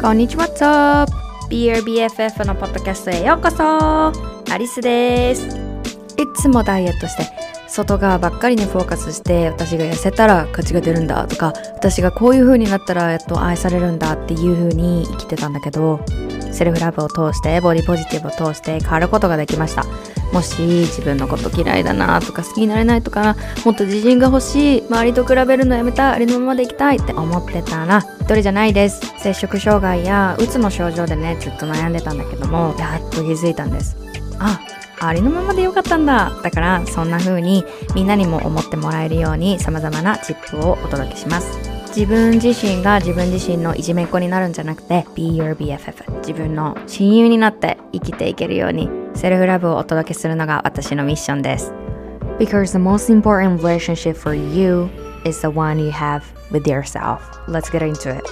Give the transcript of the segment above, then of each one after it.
こんにちは、What's up? BRBFF のポッドキャストへようこそ。アリスです。いつもダイエットして外側ばっかりにフォーカスして、私が痩せたら価値が出るんだとか、私がこういう風になったらやっと愛されるんだっていう風に生きてたんだけど、セルフラブを通してボディポジティブを通して変わることができました。もし自分のこと嫌いだなとか好きになれないとか、もっと自信が欲しい、周りと比べるのやめたい、ありのままでいきたいって思ってたら一人じゃないです。摂食障害やうつの症状でね、ずっと悩んでたんだけども、やっと気づいたんです。ありのままでよかったんだ。だからそんな風にみんなにも思ってもらえるように様々なチップをお届けします。自分自身が自分自身のいじめっ子になるんじゃなくて Be your BFF、 自分の親友になって生きていけるようにセルフラブをお届けするのが私のミッションです。 Because the most important relationship for you is the one you have with yourself. Let's get into it.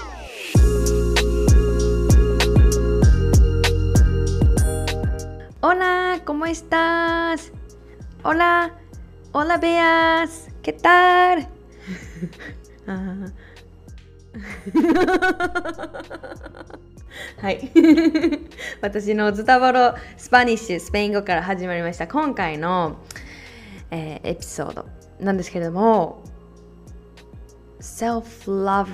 Hola, ¿cómo estás? Hola, hola Beas, ¿qué tal? はい私のズタボロスパニッシュ、スペイン語から始まりました今回の、エピソードなんですけれども、 Self-Love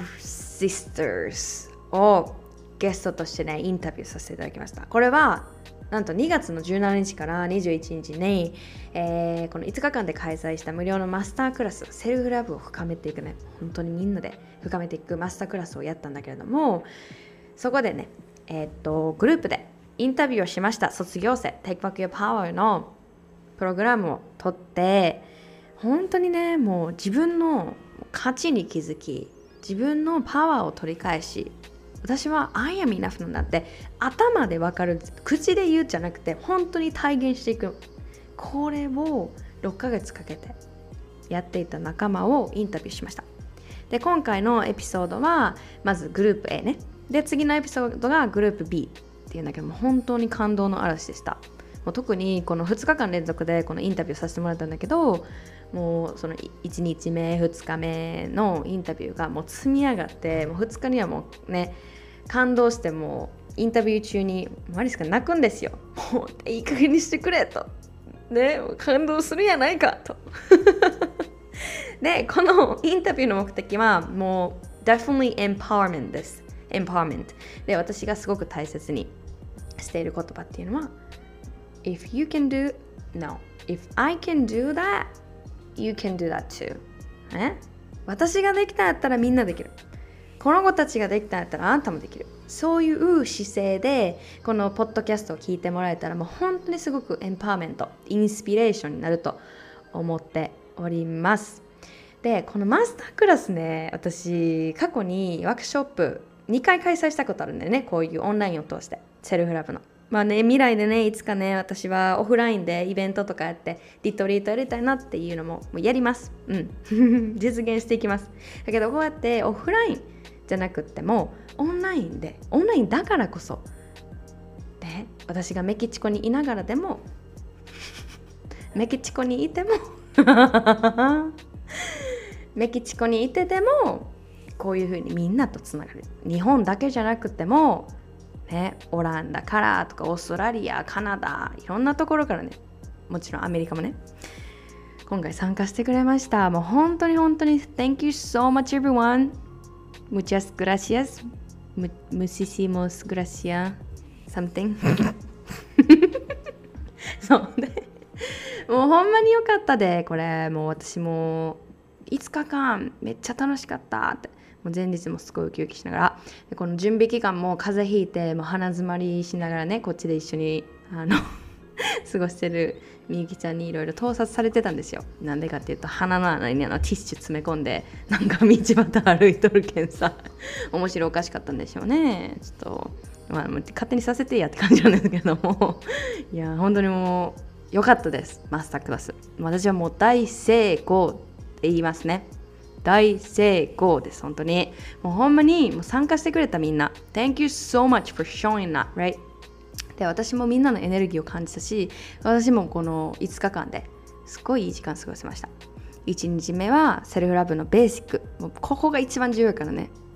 Sisters をゲストとしてねインタビューさせていただきました。これはなんと2月の17日から21日に、この5日間で開催した無料のマスタークラス、セルフラブを深めていくね、本当にみんなで深めていくマスタークラスをやったんだけれども、そこでね、グループでインタビューをしました。卒業生 Take Back Your Power のプログラムを取って、本当にね、もう自分の価値に気づき、自分のパワーを取り返し、私は I am enough なんだって頭で分かる、口で言うじゃなくて本当に体現していく。これを6ヶ月かけてやっていた仲間をインタビューしました。で、今回のエピソードはまずグループ A ね、で次のエピソードがグループ B っていうんだけども、本当に感動の嵐でした。もう特にこの2日間連続でこのインタビューさせてもらったんだけど、もうその1日目2日目のインタビューがもう積み上がって、もう2日にはもうね感動して、もうインタビュー中にマリスが泣くんですよ。もういい加減にしてくれとね、感動するやないかとで、このインタビューの目的はもう definitely empowerment です。 empowerment で、私がすごく大切にしている言葉っていうのは If you can do no if I can do that you can do that too、私ができたんやったらみんなできる、この子たちができたんやったらあんたもできる、そういう姿勢でこのポッドキャストを聞いてもらえたら、もう本当にすごくエンパワーメント、インスピレーションになると思っております。で、このマスタークラスね、私過去にワークショップ2回開催したことあるんだよね。こういうオンラインを通してセルフラブの未来でね、いつかね、私はオフラインでイベントとかやってリトリートやりたいなっていうのもやります。実現していきます。だけどこうやってオフラインじゃなくってもオンラインで、オンラインだからこそで、私がメキシコにいながらでもメキシコにいてもメキシコにいてでもこういう風にみんなとつながる。日本だけじゃなくてもね、オランダからとかオーストラリア、カナダ、いろんなところからね、もちろんアメリカもね、今回参加してくれました。もう本当に本当に Thank you so much everyone. Muchas gracias. Muchísimas gracias. Something. そうね。もうほんまによかったで、これもう私も5日間めっちゃ楽しかったって。もう前日もすごいウキウキしながら、でこの準備期間も風邪ひいてもう鼻詰まりしながらね、こっちで一緒に過ごしてるみゆきちゃんにいろいろ盗撮されてたんですよ。なんでかっていうと、鼻の穴にティッシュ詰め込んでなんか道端歩いとるけんさ、面白おかしかったんでしょうね。ちょっと勝手にさせてやって感じなんですけどもいや本当にもう良かったです。マスタークラス、私はもう大成功って言いますね。大成功です。本当にもうほんまにもう参加してくれたみんな Thank you so much for showing that, right? で、私もみんなのエネルギーを感じたし、私もこの5日間ですごいいい時間過ごせました。1日目はセルフラブのベーシック、もうここが一番重要からね。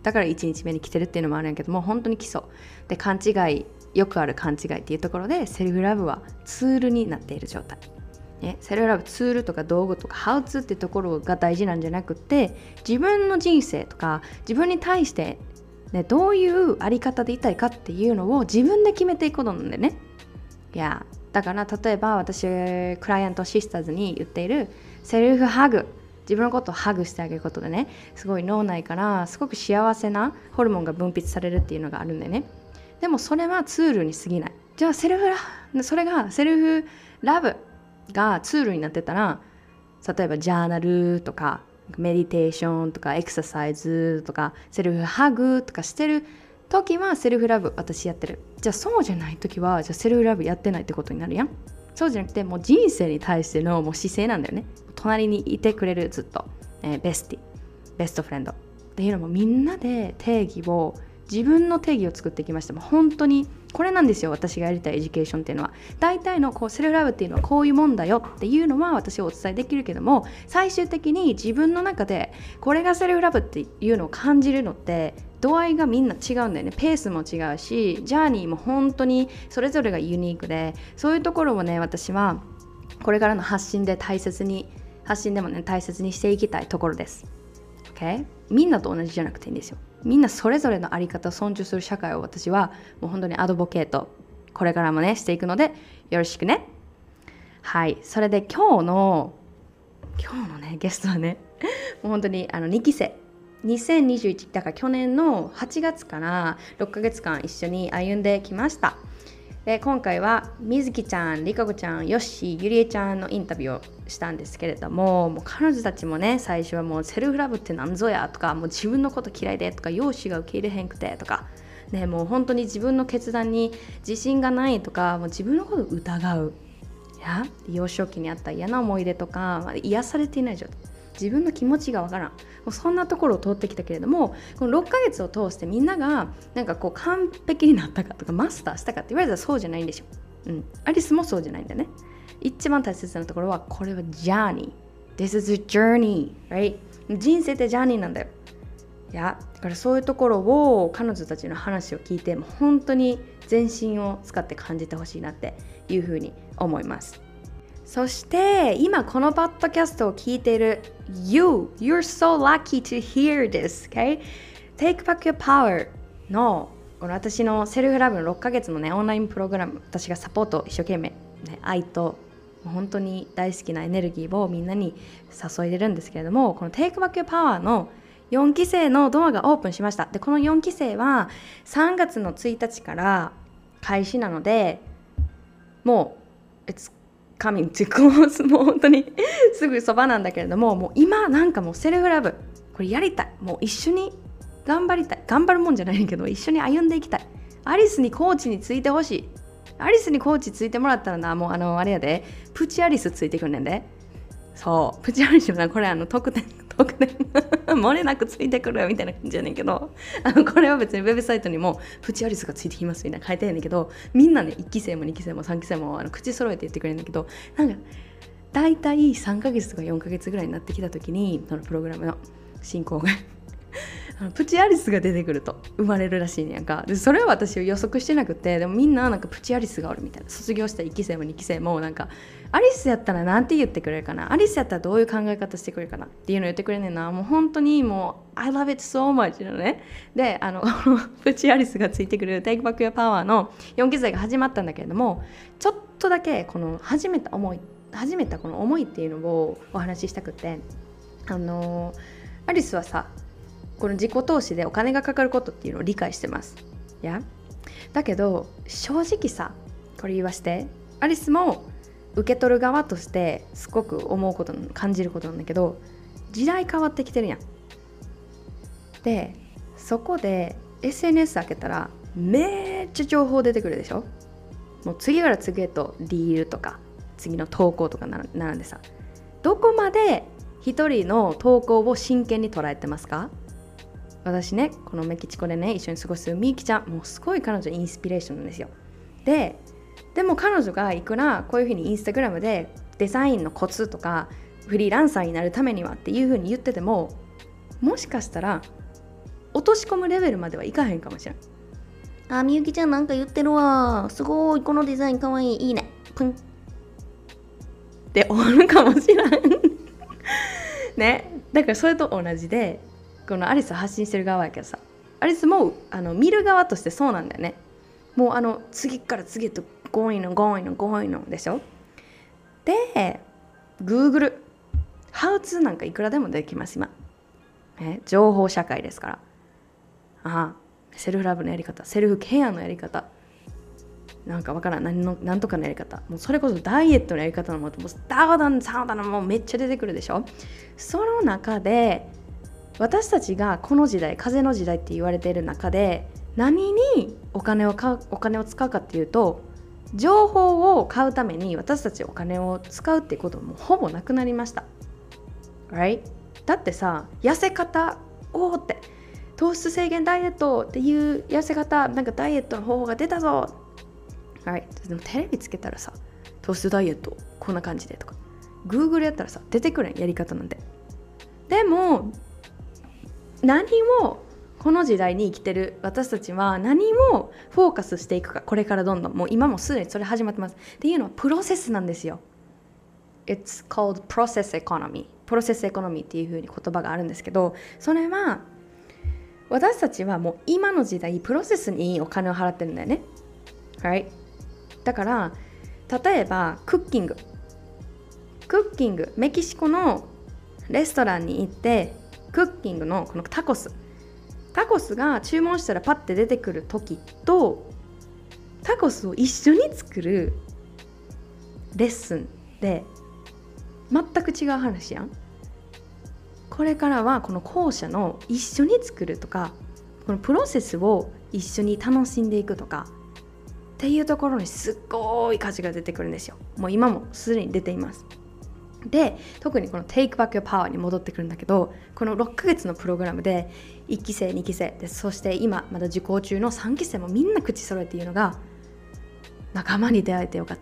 だから1日目に来てるっていうのもあるんやけども、本当に基礎で勘違い、よくある勘違いっていうところで、セルフラブはツールになっている状態、ね、セルフラブツールとか道具とかハウツーっていうところが大事なんじゃなくて、自分の人生とか自分に対して、ね、どういうあり方でいたいかっていうのを自分で決めていくことなんだよね。いやだから例えば私クライアントシスターズに言っているセルフハグ、自分のことをハグしてあげることでね、すごい脳内からすごく幸せなホルモンが分泌されるっていうのがあるんだよね。でもそれはツールに過ぎない。じゃあそれがセルフラブがツールになってたら、例えばジャーナルとかメディテーションとかエクササイズとかセルフハグとかしてる時はセルフラブ私やってる。じゃあそうじゃない時はじゃあセルフラブやってないってことになるやん。そうじゃなくてもう人生に対してのもう姿勢なんだよね。隣にいてくれるずっと、ベストフレンドっていうのもみんなで自分の定義を作ってきました。もう本当にこれなんですよ、私がやりたいエデュケーションっていうのは。大体のセルフラブっていうのはこういうもんだよっていうのは私はお伝えできるけども、最終的に自分の中でこれがセルフラブっていうのを感じるのって度合いがみんな違うんだよね。ペースも違うし、ジャーニーも本当にそれぞれがユニークで、そういうところをね、私はこれからの発信でも大切にしていきたいところです。Okay? みんなと同じじゃなくていいんですよ。みんなそれぞれのあり方を尊重する社会を私はもう本当にアドボケートこれからもねしていくのでよろしくね。はい、それで今日のねゲストはねもう本当に2期生2021だから去年の8月から6ヶ月間一緒に歩んできました。で今回はみずきちゃん、りかこちゃん、よっしー、ゆりえちゃんのインタビューをしたんですけれども、もう彼女たちもね最初はもうセルフラブってなんぞやとか、もう自分のこと嫌いでとか、容姿が受け入れへんくてとかね、もう本当に自分の決断に自信がないとか、もう自分のことを疑う、幼少期にあった嫌な思い出とか、癒されていない状態、自分の気持ちがわからん、もうそんなところを通ってきたけれども、この6ヶ月を通してみんながなんか完璧になったかとかマスターしたかって言われたらそうじゃないんでしょ。アリスもそうじゃないんだよね。一番大切なところはこれはジャーニー。This is a journey, right? 人生ってジャーニーなんだよ。だからそういうところを彼女たちの話を聞いて、もう本当に全身を使って感じてほしいなっていうふうに思います。そして今このポッドキャストを聞いている You're so lucky to hear this, okay? Take Back Your Power のこの私のセルフラブの6ヶ月のねオンラインプログラム、私がサポート一生懸命、愛と本当に大好きなエネルギーをみんなに注いでるんですけれども、この Take Back Your Power の4期生のドアがオープンしました。でこの4期生は3月の1日から開始なので、もうcoming to close もう本当にすぐそばなんだけれども、もう今なんかもうセルフラブこれやりたい、もう一緒に頑張りたい、頑張るもんじゃないけど一緒に歩んでいきたい。アリスにコーチについてほしい。アリスにコーチついてもらったらな、もうあれやで、プチアリスついてくんねんで。そうプチアリスな、これ特典漏れなくついてくるみたいな感じじゃねんけど、これは別にウェブサイトにもプチアリスがついてきますみたいな書いてるんだけど、みんなね1期生も2期生も3期生も口揃えて言ってくれるんだけど、なんかだいたい3ヶ月とか4ヶ月ぐらいになってきた時に、そのプログラムの進行がプチアリスが出てくると生まれるらしいねやんか。でそれは私は予測してなくて、でもみんななんかプチアリスがおるみたいな。卒業した1期生も2期生もなんかアリスやったらなんて言ってくれるかな、アリスやったらどういう考え方してくれるかなっていうのを言ってくれんねんな。もう本当にもう I love it so much のね。でプチアリスがついてくる Take Back Your Power の4期生が始まったんだけれども、ちょっとだけこの始めたこの思いっていうのをお話ししたくて、アリスはさ、この自己投資でお金がかかることっていうのを理解してますだけど正直さ、これ言わして、アリスも受け取る側としてすごく思うこと、感じることなんだけど、時代変わってきてるやん。でそこで SNS 開けたらめっちゃ情報出てくるでしょ。もう次から次へとリールとか次の投稿とか並んでさ、どこまで一人の投稿を真剣に捉えてますか？私ね、このメキシコでね一緒に過ごすみゆきちゃん、もうすごい彼女インスピレーションなんですよ。でも彼女がいくらこういうふうにインスタグラムでデザインのコツとかフリーランサーになるためにはっていうふうに言ってても、もしかしたら落とし込むレベルまではいかへんかもしれん。 あ、みゆきちゃんなんか言ってるわ。すごい、このデザインかわいい。いいね。プン。 って終わるかもしれんね。だからそれと同じで、このアリス発信してる側やけどさ、アリスも見る側としてそうなんだよね。もう次から次へとgoing on でしょ。で Google How to なんかいくらでもできます今、情報社会ですから。セルフラブのやり方、セルフケアのやり方、なんかわからん、なんとかのやり方、もうそれこそダイエットのやり方のもともダーダンサーダンもうめっちゃ出てくるでしょ。その中で私たちがこの時代、風の時代って言われている中で何にお金を使うかっていうと、情報を買うために私たちお金を使うっていうこともほぼなくなりました、right? だってさ、痩せ方って糖質制限ダイエットっていう痩せ方、なんかダイエットの方法が出たぞ、right? でもテレビつけたらさ、糖質ダイエットこんな感じでとか Google やったらさ出てくるんやり方なんで。でも何をこの時代に生きてる私たちは何をフォーカスしていくか、これからどんどん、もう今もすでにそれ始まってますっていうのはプロセスなんですよ。 It's called process economy、 プロセスエコノミーっていう風に言葉があるんですけど、それは私たちはもう今の時代プロセスにお金を払ってるんだよね、right? だから例えばクッキング、メキシコのレストランに行ってクッキングのこのタコスが注文したらパッて出てくる時と、タコスを一緒に作るレッスンで全く違う話やん。これからはこの後者の一緒に作るとか、このプロセスを一緒に楽しんでいくとかっていうところにすっごい価値が出てくるんですよ。もう今もすでに出ています。で、特にこの Take Back Your Power に戻ってくるんだけど、この6ヶ月のプログラムで1期生2期生で、そして今まだ受講中の3期生もみんな口揃えて言うのが、仲間に出会えてよかった、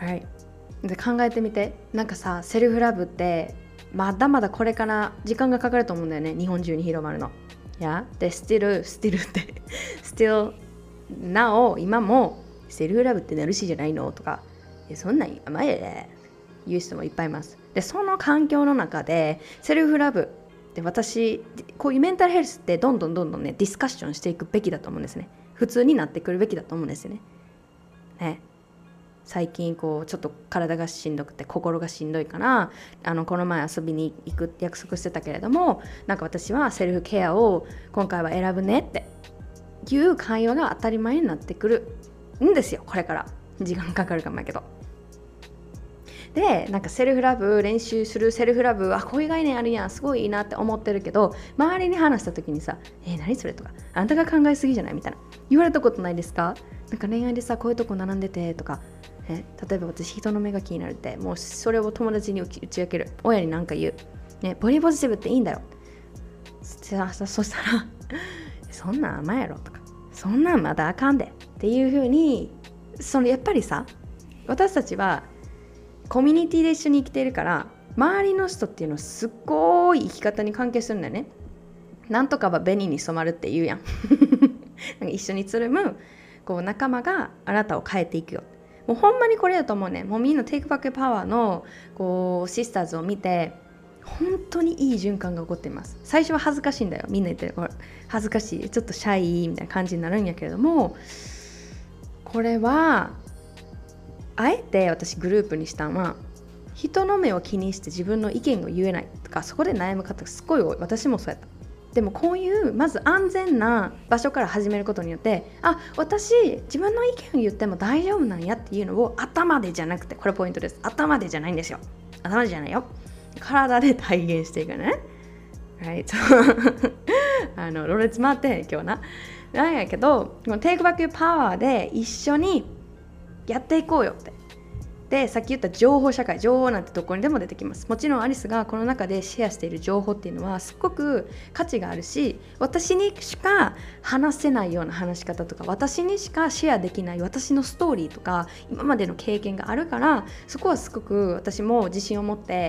はい、で考えてみて。なんかさ、セルフラブってまだまだこれから時間がかかると思うんだよね、日本中に広まるの。で still ってstill なお今もセルフラブってナルシじゃないのとか、そんなん甘いで言う人もいっぱいいます。でその環境の中でセルフラブで、私こういうメンタルヘルスってどんどんねディスカッションしていくべきだと思うんですね。普通になってくるべきだと思うんですよね。最近こうちょっと体がしんどくて心がしんどいから、この前遊びに行く約束してたけれども、なんか私はセルフケアを今回は選ぶねっていう会話が当たり前になってくるんですよ。これから時間かかるかもやけど。でなんかセルフラブ練習する、セルフラブこういう概念あるやん、すごいいいなって思ってるけど、周りに話した時にさ、何それとか、あんたが考えすぎじゃないみたいな言われたことないですか？なんか恋愛でさ、こういうとこ並んでてとか、例えば私人の目が気になるって、もうそれを友達に打ち明ける、親に何か言う、ボディポジティブっていいんだよ。そしたらそんなん甘やろとか、そんなんまだあかんでっていう風に、やっぱりさ、私たちはコミュニティで一緒に生きているから、周りの人っていうのはすっごい生き方に関係するんだよね。なんとかは紅に染まるって言うやんなんか一緒につるむこう仲間があなたを変えていくよ。もうほんまにこれだと思うね。もうみんな Take Back Your Power のこうシスターズを見て、本当にいい循環が起こっています。最初は恥ずかしいんだよ、みんな言ってる、恥ずかしい、ちょっとシャイみたいな感じになるんやけれども、これはあえて私グループにしたのは、人の目を気にして自分の意見を言えないとか、そこで悩む方がすごい多い。私もそうやった。でもこういうまず安全な場所から始めることによって、私自分の意見を言っても大丈夫なんやっていうのを頭でじゃなくて、これポイントです。頭でじゃないんですよ。頭でじゃないよ。体で体現していくね。はい。ろれつ回って今日なんやけど、この Take Back Your Power で一緒にやっていこうよって。でさっき言った情報社会、情報なんてどこにでも出てきます。もちろんアリスがこの中でシェアしている情報っていうのはすごく価値があるし、私にしか話せないような話し方とか、私にしかシェアできない私のストーリーとか今までの経験があるから、そこはすごく私も自信を持って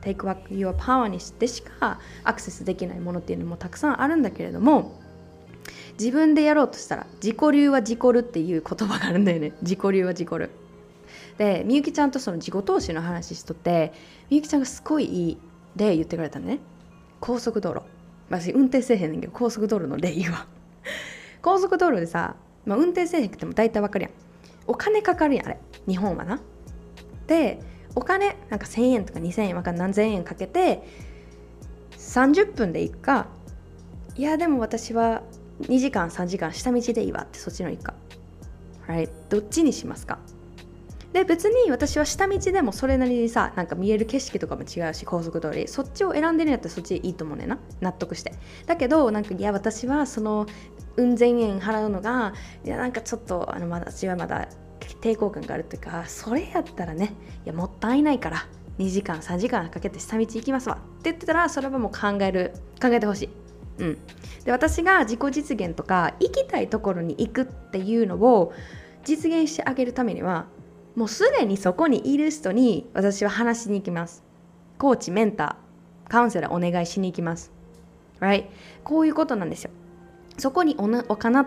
Take Back Your Power にしてしかアクセスできないものっていうのもたくさんあるんだけれども、自分でやろうとしたら自己流は自己流っていう言葉があるんだよね。自己流は自己流で、みゆきちゃんとその自己投資の話しとって、みゆきちゃんがすごいいい例言ってくれたのね。高速道路、私運転せえへんねんけど高速道路の例言うわ。高速道路でさ、運転せえへんくても大体わかるやん。お金かかるやん、あれ日本はな。でお金なんか1000円とか2000円わかん何千円かけて30分で行くか、いやでも私は2時間3時間下道でいいわってそっちの行くか、right? どっちにしますか？で別に私は下道でもそれなりにさ、なんか見える景色とかも違うし、高速通りそっちを選んでるんやったらそっちでいいと思うねんな、納得して。だけどなんかいや私はそのうん千円払うのがいやなんかちょっと私はまだ抵抗感があるというか、それやったらね、いやもったいないから2時間3時間かけて下道行きますわって言ってたら、それはもう考えてほしい。で私が自己実現とか行きたいところに行くっていうのを実現してあげるためには、もうすでにそこにいる人に私は話しに行きます。コーチ、メンター、カウンセラーお願いしに行きます。Right? こういうことなんですよ。そこにお金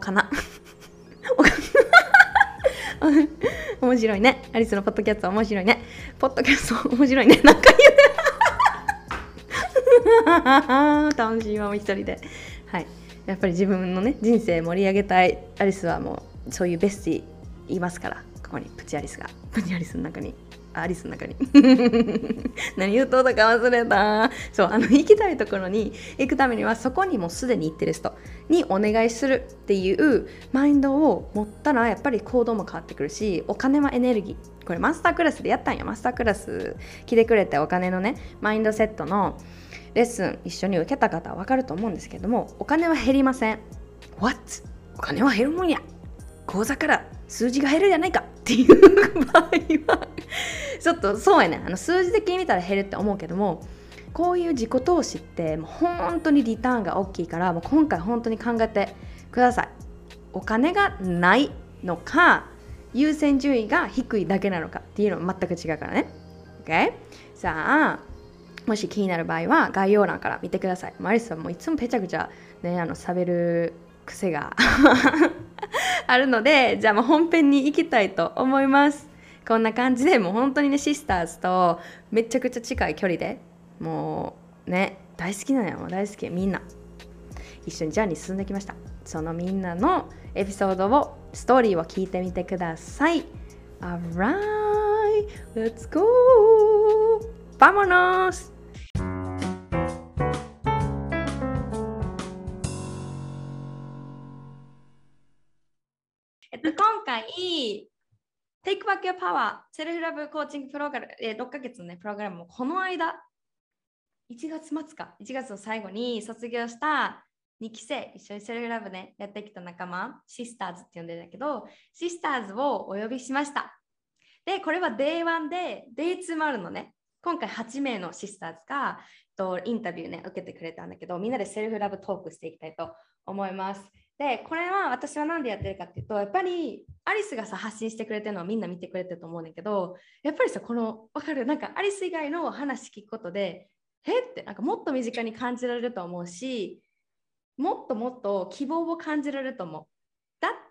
面白いね。アリスのポッドキャスト面白いね。ポッドキャスト面白いね。なんか言うて楽しいわ、一人で。はい。やっぱり自分のね、人生盛り上げたいアリスはもうそういうベスティいますから、ここにプチアリスの中に。何言うとったか忘れた。そう、行きたいところに行くためには、そこにもうすでに行ってる人にお願いするっていうマインドを持ったら、やっぱり行動も変わってくるし、お金はエネルギー。これマスタークラスでやったんよ。マスタークラス来てくれて、お金のねマインドセットのレッスン一緒に受けた方は分かると思うんですけども、お金は減りません。 What? お金は減るもんや、口座から数字が減るじゃないかっていう場合はちょっとそうやね、数字的に見たら減るって思うけども、こういう自己投資ってもう本当にリターンが大きいから、もう今回本当に考えてください。お金がないのか、優先順位が低いだけなのかっていうのは全く違うからね。 OK? さあ、もし気になる場合は概要欄から見てください。アリスはもういつもペチャクチャね、喋る癖があるので、じゃあもう本編に行きたいと思います。こんな感じでもう本当にね、シスターズとめちゃくちゃ近い距離で、もうね、大好きなのよ。大好き。みんな一緒にジャーニー進んできました。そのみんなのエピソードを、ストーリーを聞いてみてください。 Alright, let's go! Vámonos! 今回Take Back Your Power セルフラブコーチングプログラム、6ヶ月の、ね、プログラムをこの間1月末か1月の最後に卒業した2期生、一緒にセルフラブねやってきた仲間、シスターズって呼んでるんだけど、シスターズをお呼びしました。でこれは Day1 で Day2 もあるのね。今回8名のシスターズがインタビューね受けてくれたんだけど、みんなでセルフラブトークしていきたいと思います。でこれは私は何でやってるかっていうと、やっぱりアリスがさ発信してくれてるのはみんな見てくれてると思うんだけど、やっぱりさ、この分かる、なんかアリス以外の話聞くことでってなんかもっと身近に感じられると思うし、もっともっと希望を感じられると思う。だって、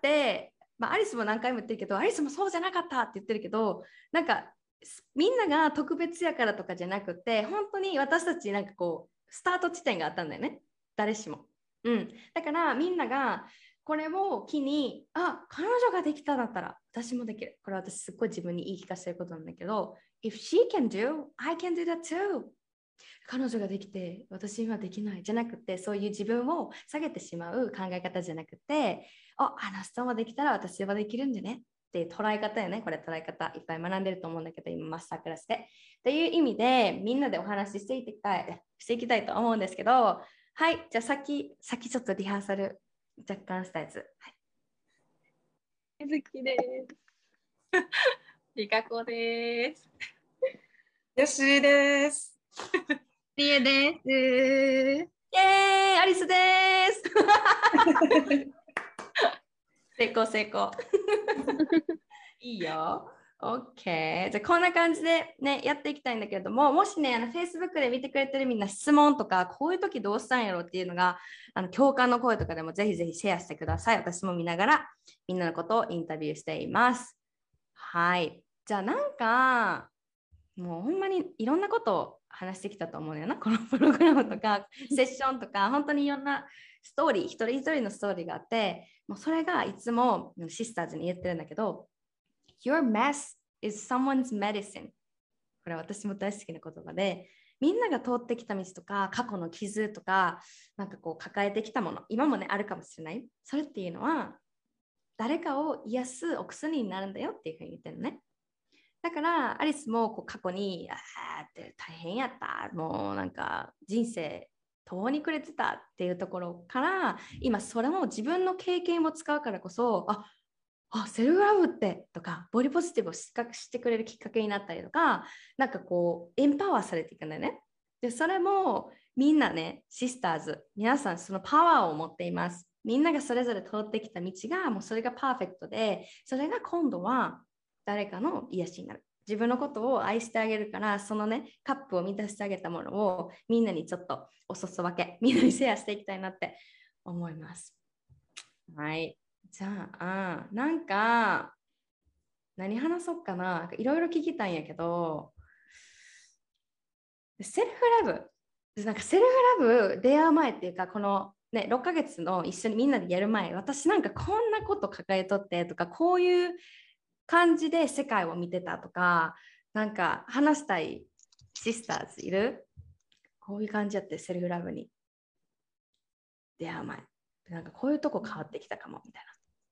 アリスも何回も言ってるけど、アリスもそうじゃなかったって言ってるけど、なんかみんなが特別やからとかじゃなくて、本当に私たちなんかこうスタート地点があったんだよね、誰しも。だからみんながこれを機に、彼女ができただったら私もできる。これは私すっごい自分に言い聞かせてることなんだけど、 If she can do, I can do that too。彼女ができて私はできないじゃなくて、そういう自分を下げてしまう考え方じゃなくて、あの人もできたら私はできるんじゃねっていう捉え方よね。これ捉え方いっぱい学んでると思うんだけど、今マスタークラスでっていう意味でみんなでお話ししていきたいと思うんですけど、はい、じゃあ先ちょっとリハーサル若干したやつ。 みずきです。りかこです。 よしです。 りえです。 イエーイ、アリスです成功いいよ。 OK。じゃあこんな感じでね、やっていきたいんだけれども、もしね、Facebook で見てくれてるみんな質問とか、こういう時どうしたんやろっていうのが、共感の声とかでもぜひぜひシェアしてください。私も見ながら、みんなのことをインタビューしています。はい。じゃあなんか、もうほんまにいろんなことを話してきたと思うんだよな。このプログラムとか、セッションとか、本当にいろんなストーリー、一人一人のストーリーがあって、もうそれがいつもシスターズに言ってるんだけど、Your mess is someone's medicine。これは私も大好きな言葉で、みんなが通ってきた道とか、過去の傷とか、なんかこう抱えてきたもの、今もね、あるかもしれない。それっていうのは、誰かを癒すお薬になるんだよっていうふうに言ってるのね。だからアリスもこう過去にって大変やった、もうなんか人生途方に暮れてたっていうところから今それも自分の経験を使うからこそセルフラブってとかボディポジティブをしてくれるきっかけになったりとかなんかこうエンパワーされていくんだよね。でそれもみんなねシスターズ皆さんそのパワーを持っています。みんながそれぞれ通ってきた道がもうそれがパーフェクトでそれが今度は誰かの癒しになる。自分のことを愛してあげるから、そのね、カップを満たしてあげたものをみんなにちょっとお裾分け、みんなにシェアしていきたいなって思います。はい。じゃあ、なんか、何話そうかな。いろいろ聞きたいんやけど、セルフラブ。なんかセルフラブ出会う前っていうか、このね、6ヶ月の一緒にみんなでやる前、私なんかこんなこと抱えとってとか、こういう感じで世界を見てたとか、なんか話したいシスターズいる？こういう感じやってセルフラブに出会う前。なんかこういうとこ変わってきたかもみたい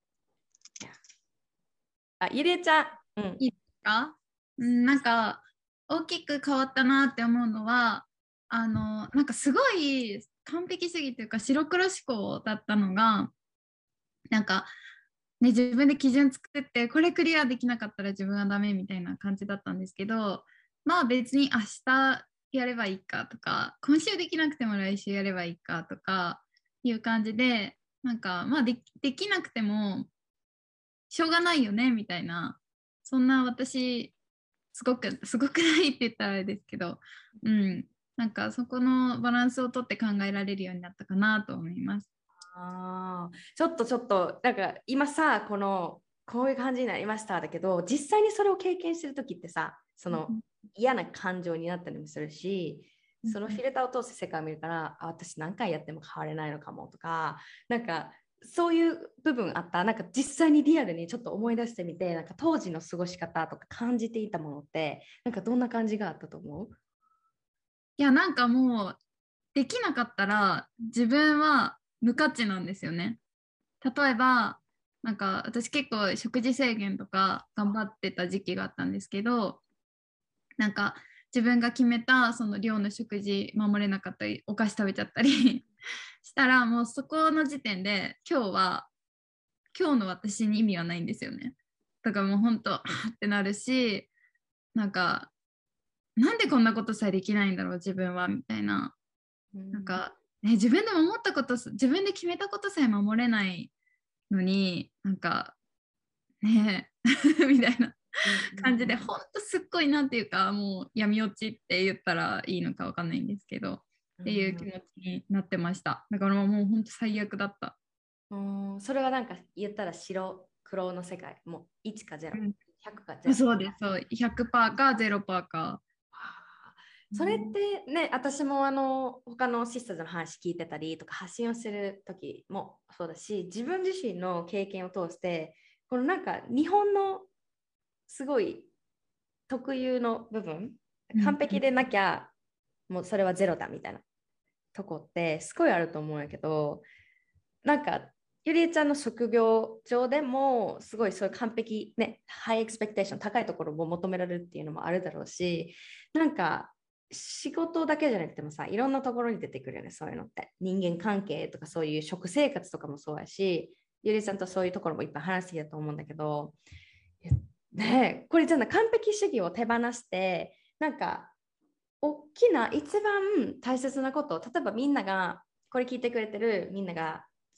な。ゆりえちゃん。うん。 いいですか？なんか大きく変わったなって思うのはなんかすごい完璧主義というか白黒思考だったのがなんかね自分で基準作ってこれクリアできなかったら自分はダメみたいな感じだったんですけどまあ別に明日やればいいかとか今週できなくても来週やればいいかとかいう感じでなんかまあできなくてもしょうがないよねみたいなそんな私すごくないって言ったらあれですけど、なんかそこのバランスをとって考えられるようになったかなと思います。 ちょっとなんか今さこういう感じになりましただけど実際にそれを経験してる時ってさその嫌な感情になったりもするしそのフィルターを通して世界を見るから私何回やっても変われないのかもとかなんかそういう部分あったなんか実際にリアルにちょっと思い出してみてなんか当時の過ごし方とか感じていたものってなんかどんな感じがあったと思う？ いやなんかもうできなかったら自分は無価値なんですよね。例えばなんか私結構食事制限とか頑張ってた時期があったんですけどなんか自分が決めたその量の食事守れなかったりお菓子食べちゃったりしたらもうそこの時点で今日の私に意味はないんですよね。だからもう本当ってなるしなんかなんでこんなことさえできないんだろう自分はみたいな、なんか、ね、自分でも思ったこと自分で決めたことさえ守れないのになんかねえみたいな感じでほんとすっごいなんていうかもう闇落ちって言ったらいいのかわかんないんですけどっていう気持ちになってました。だからもうほんと最悪だった。 それはなんか言ったら白黒の世界もう1か0、100か0。 そうですそう100%か0%か。 それってね、私も他のシスターズの話聞いてたりとか発信をする時もそうだし自分自身の経験を通してこのなんか日本のすごい特有の部分完璧でなきゃもうそれはゼロだみたいなとこってすごいあると思うんやけどなんかゆりえちゃんの職業上でもすごいそういう完璧ねハイエクスペクテーション高いところを求められるっていうのもあるだろうしなんか仕事だけじゃなくてもさいろんなところに出てくるよねそういうのって人間関係とかそういう食生活とかもそうやしゆりえちゃんとそういうところもいっぱい話してきたと思うんだけどねこれじゃあ完璧主義を手放してなんか大きな一番大切なこと例えばみんながこれ聞いてくれてるみんなが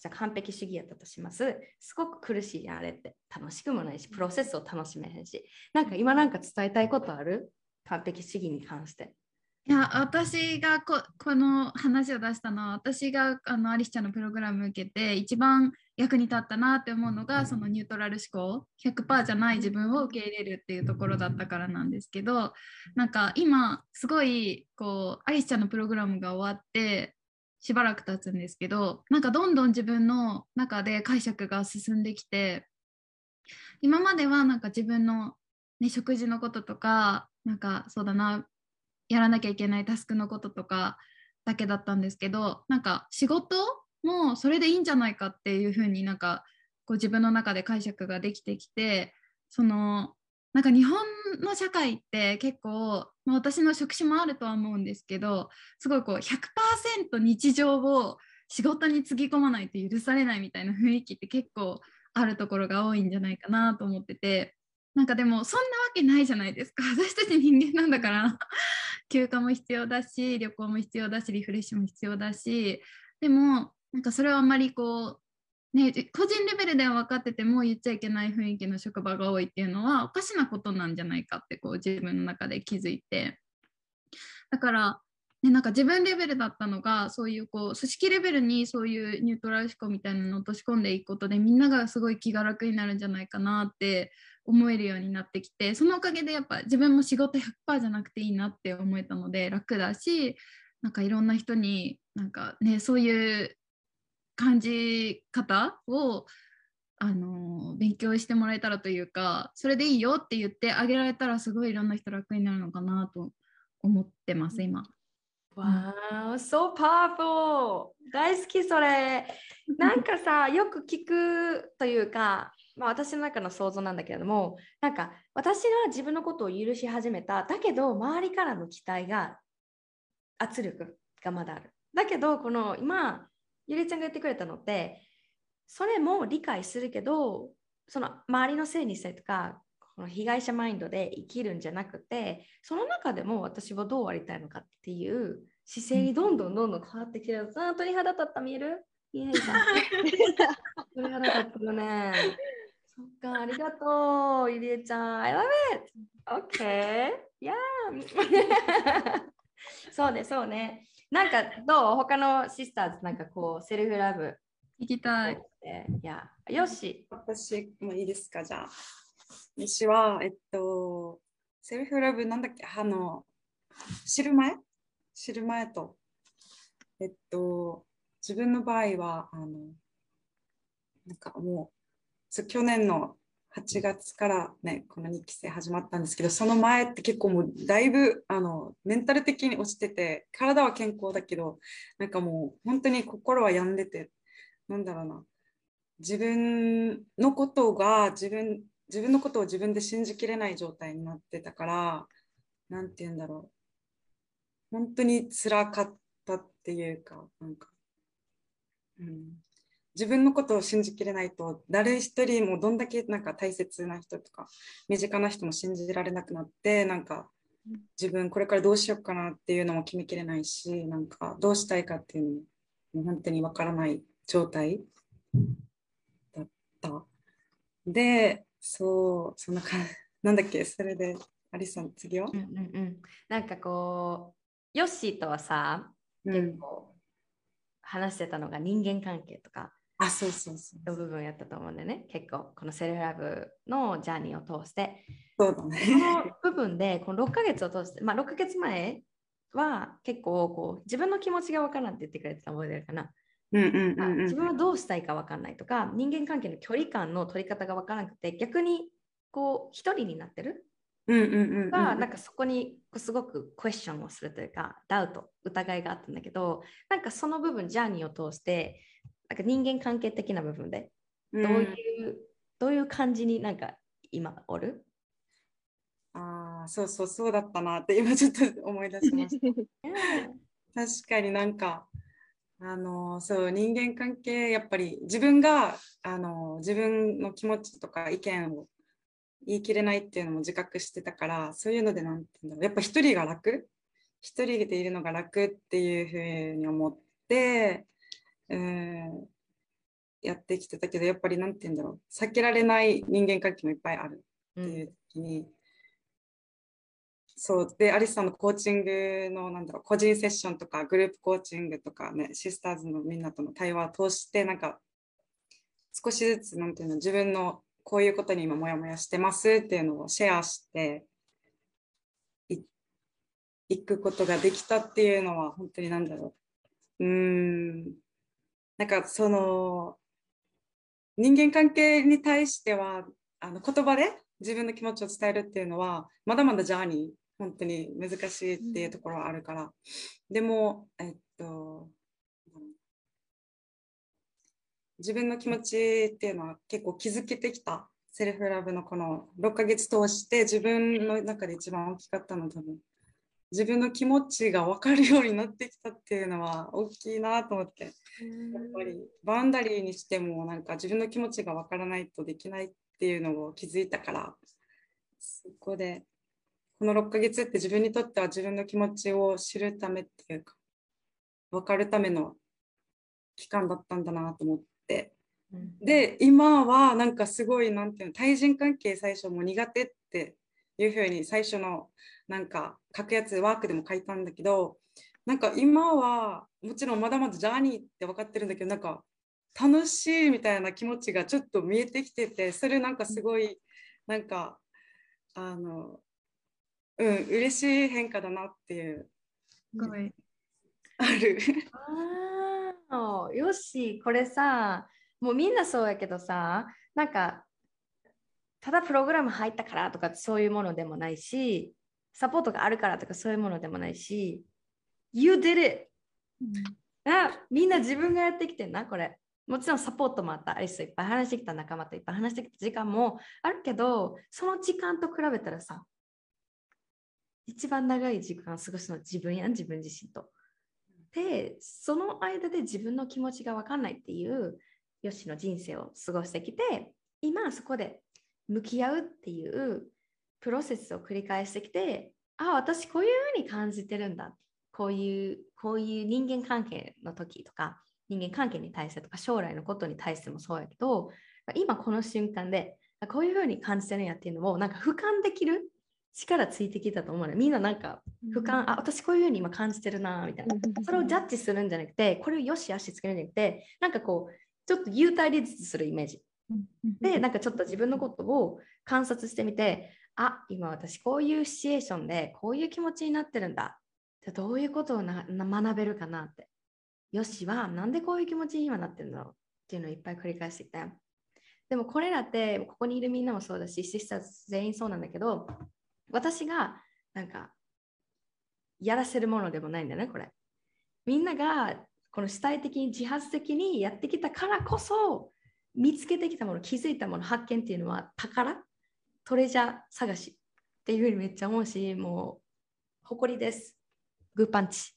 じゃあ完璧主義やったとします。すごく苦しいやんあれって。楽しくもないし、プロセスを楽しめへんし。なんか今なんか伝えたいことある？完璧主義に関して。 いや、私がこの話を出したのは、私がアリスちゃんのプログラム受けて、一番役に立ったなって思うのが、そのニュートラル思考、100%じゃない自分を受け入れるっていうところだったからなんですけど、なんか今、すごい、アリスちゃんのプログラムが終わって、しばらく経つんですけど、なんかどんどん自分の中で解釈が進んできて、今まではなんか自分の、ね、食事のこととか、なんかそうだな、やらなきゃいけないタスクのこととかだけだったんですけど、なんか仕事もそれでいいんじゃないかっていうふうになんか自分の中で解釈ができてきて、そのなんか日本の社会って結構、私の職種もあるとは思うんですけど、すごい100%日常を仕事につぎ込まないと許されないみたいな雰囲気って結構あるところが多いんじゃないかなと思ってて、なんかでもそんなわけないじゃないですか。私たち人間なんだから休暇も必要だし、旅行も必要だし、リフレッシュも必要だし、でもなんかそれはあんまりね、個人レベルでは分かってても言っちゃいけない雰囲気の職場が多いっていうのはおかしなことなんじゃないかって自分の中で気づいて、だから、ね、なんか自分レベルだったのがそういう組織レベルにそういうニュートラル思考みたいなのを落とし込んでいくことで、みんながすごい気が楽になるんじゃないかなって思えるようになってきて、そのおかげでやっぱ自分も仕事100%じゃなくていいなって思えたので楽だし、なんかいろんな人になんかね、そういう感じ方を勉強してもらえたらというか、それでいいよって言ってあげられたらすごいいろんな人楽になるのかなと思ってます今。 わー、so powerful! 大好きそれ。なんかさ、よく聞くというか、私の中の想像なんだけれども、なんか私が自分のことを許し始めた、だけど周りからの期待が、圧力がまだある。だけど、今、ゆりちゃんが言ってくれたのって、それも理解するけど、その周りのせいにしたりとか、この被害者マインドで生きるんじゃなくて、その中でも私はどうありたいのかっていう姿勢にどんどんどんどん変わってきてる。鳥肌立った、見える？見えるさん。鳥肌立ったよね。そっか、ありがとう、ゆりえちゃん。I love it! Okay. Yeah. そうね、そうね。なんかどう？他のシスターズ、なんかセルフラブ。 行きたい。 いや、よし。 私もいいですか、じゃあ。私は、セルフラブなんだっけ、知る前と、自分の場合は、なんかも去年の8月からね、この2期生始まったんですけど、その前って結構もうだいぶメンタル的に落ちてて、体は健康だけど、なんかもう本当に心は病んでて、なんだろうな、自分のことを自分で信じきれない状態になってたから、なんて言うんだろう、本当に辛かったっていうか、なんか、うん、自分のことを信じきれないと、誰一人もどんだけなんか大切な人とか身近な人も信じられなくなって、なんか自分これからどうしようかなっていうのも決めきれないし、なんかどうしたいかっていうのももう本当にわからない状態だった。で、そんな感じ。なんだっけ、それで、アリさん、次は？ なんかヨッシーとはさ、 うん、 結構話してたのが人間関係とかあ、そうそうそう。 の部分やったと思うんだよね。結構、このセルフラブのジャーニーを通して。 そうだね。 その部分で、この6ヶ月を通して、6ヶ月前は結構自分の気持ちがわからんって言ってくれてた覚えてるかな。 うんうんうんうん。 自分はどうしたいか分かんないとか、人間関係の距離感の取り方が分からなくて、逆に一人になってるうんうんうんうん。 なんかそこにすごくクエスチョンをするというか、ダウト、疑いがあったんだけど、なんかその部分、ジャーニーを通して、なんか人間関係的な部分で、どういう感じになんか今おる？ ああ、そうだったなって今ちょっと思い出しました。確かになんか、そう、人間関係、やっぱり自分が、自分の気持ちとか意見を言い切れないっていうのも自覚してたから、そういうのでなんていうんだろう、やっぱ一人でいるのが楽っていうふうに思って、 やってきてたけど、やっぱりなんて言うんだろう、避けられない人間関係もいっぱいあるっていう時に、そうで、アリスさんのコーチングのなんだろう、個人セッションとかグループコーチングとかね、シスターズのみんなとの対話を通して、なんか少しずつなんていうの、自分のこういうことに今モヤモヤしてますっていうのをシェアしていくことができたっていうのは本当になんだろう、なんかその人間関係に対しては言葉で自分の気持ちを伝えるっていうのはまだまだジャーニー本当に難しいっていうところはあるから、でも自分の気持ちっていうのは結構気づけてきた。セルフラブのこの6ヶ月通して自分の中で一番大きかったのは多分自分の気持ちが分かるようになってきたっていうのは大きいなと思って、やっぱりバウンダリーにしてもなんか自分の気持ちが分からないとできないっていうのを気づいたから、そこでこの6ヶ月って自分にとっては自分の気持ちを知るためっていうか分かるための期間だったんだなと思って、で今はなんかすごいなんていうの、対人関係最初も苦手っていうふうに最初のなんか書くやつワークでも書いたんだけど、なんか今はもちろんまだまだジャーニーって分かってるんだけど、なんか楽しいみたいな気持ちがちょっと見えてきてて、それなんかすごいなんか嬉しい変化だなっていうすごい。 ある。 よし、これさ、もうみんなそうやけどさ、なんかただプログラム入ったからとかそういうものでもないし、サポートがあるからとかそういうものでもないし、You did it! みんな自分がやってきてんな、これ。もちろんサポートもあった。アリスといっぱい話してきた仲間といっぱい話してきた時間もあるけど、その時間と比べたらさ、一番長い時間を過ごすのは自分やん、自分自身と。で、その間で自分の気持ちが分かんないっていうヨシの人生を過ごしてきて、今そこで向き合うっていうプロセスを繰り返してきて、私こういうふうに感じてるんだ。こういう人間関係の時とか、人間関係に対してとか、将来のことに対してもそうやけど、今この瞬間でこういうふうに感じてるんやっていうのをなんか俯瞰できる力ついてきたと思うね。みんななんか俯瞰、私こういうふうに今感じてるなみたいな。それをジャッジするんじゃなくて、これをよし足つけるんじゃなくて、なんかこう、ちょっと幽体離脱するイメージ。で、なんかちょっと自分のことを観察してみて、今私こういうシチュエーションでこういう気持ちになってるんだ。じゃあどういうことを学べるかなって。よしはなんでこういう気持ちに今なってるんだろうっていうのをいっぱい繰り返してきた。でもこれらってここにいるみんなもそうだし、シスターズ全員そうなんだけど、私がなんかやらせるものでもないんだね、これ。みんながこの主体的に自発的にやってきたからこそ見つけてきたもの、気づいたもの、発見っていうのは宝、トレジャー探しっていうふうにめっちゃ思うし、もう誇りです。グーパンチ。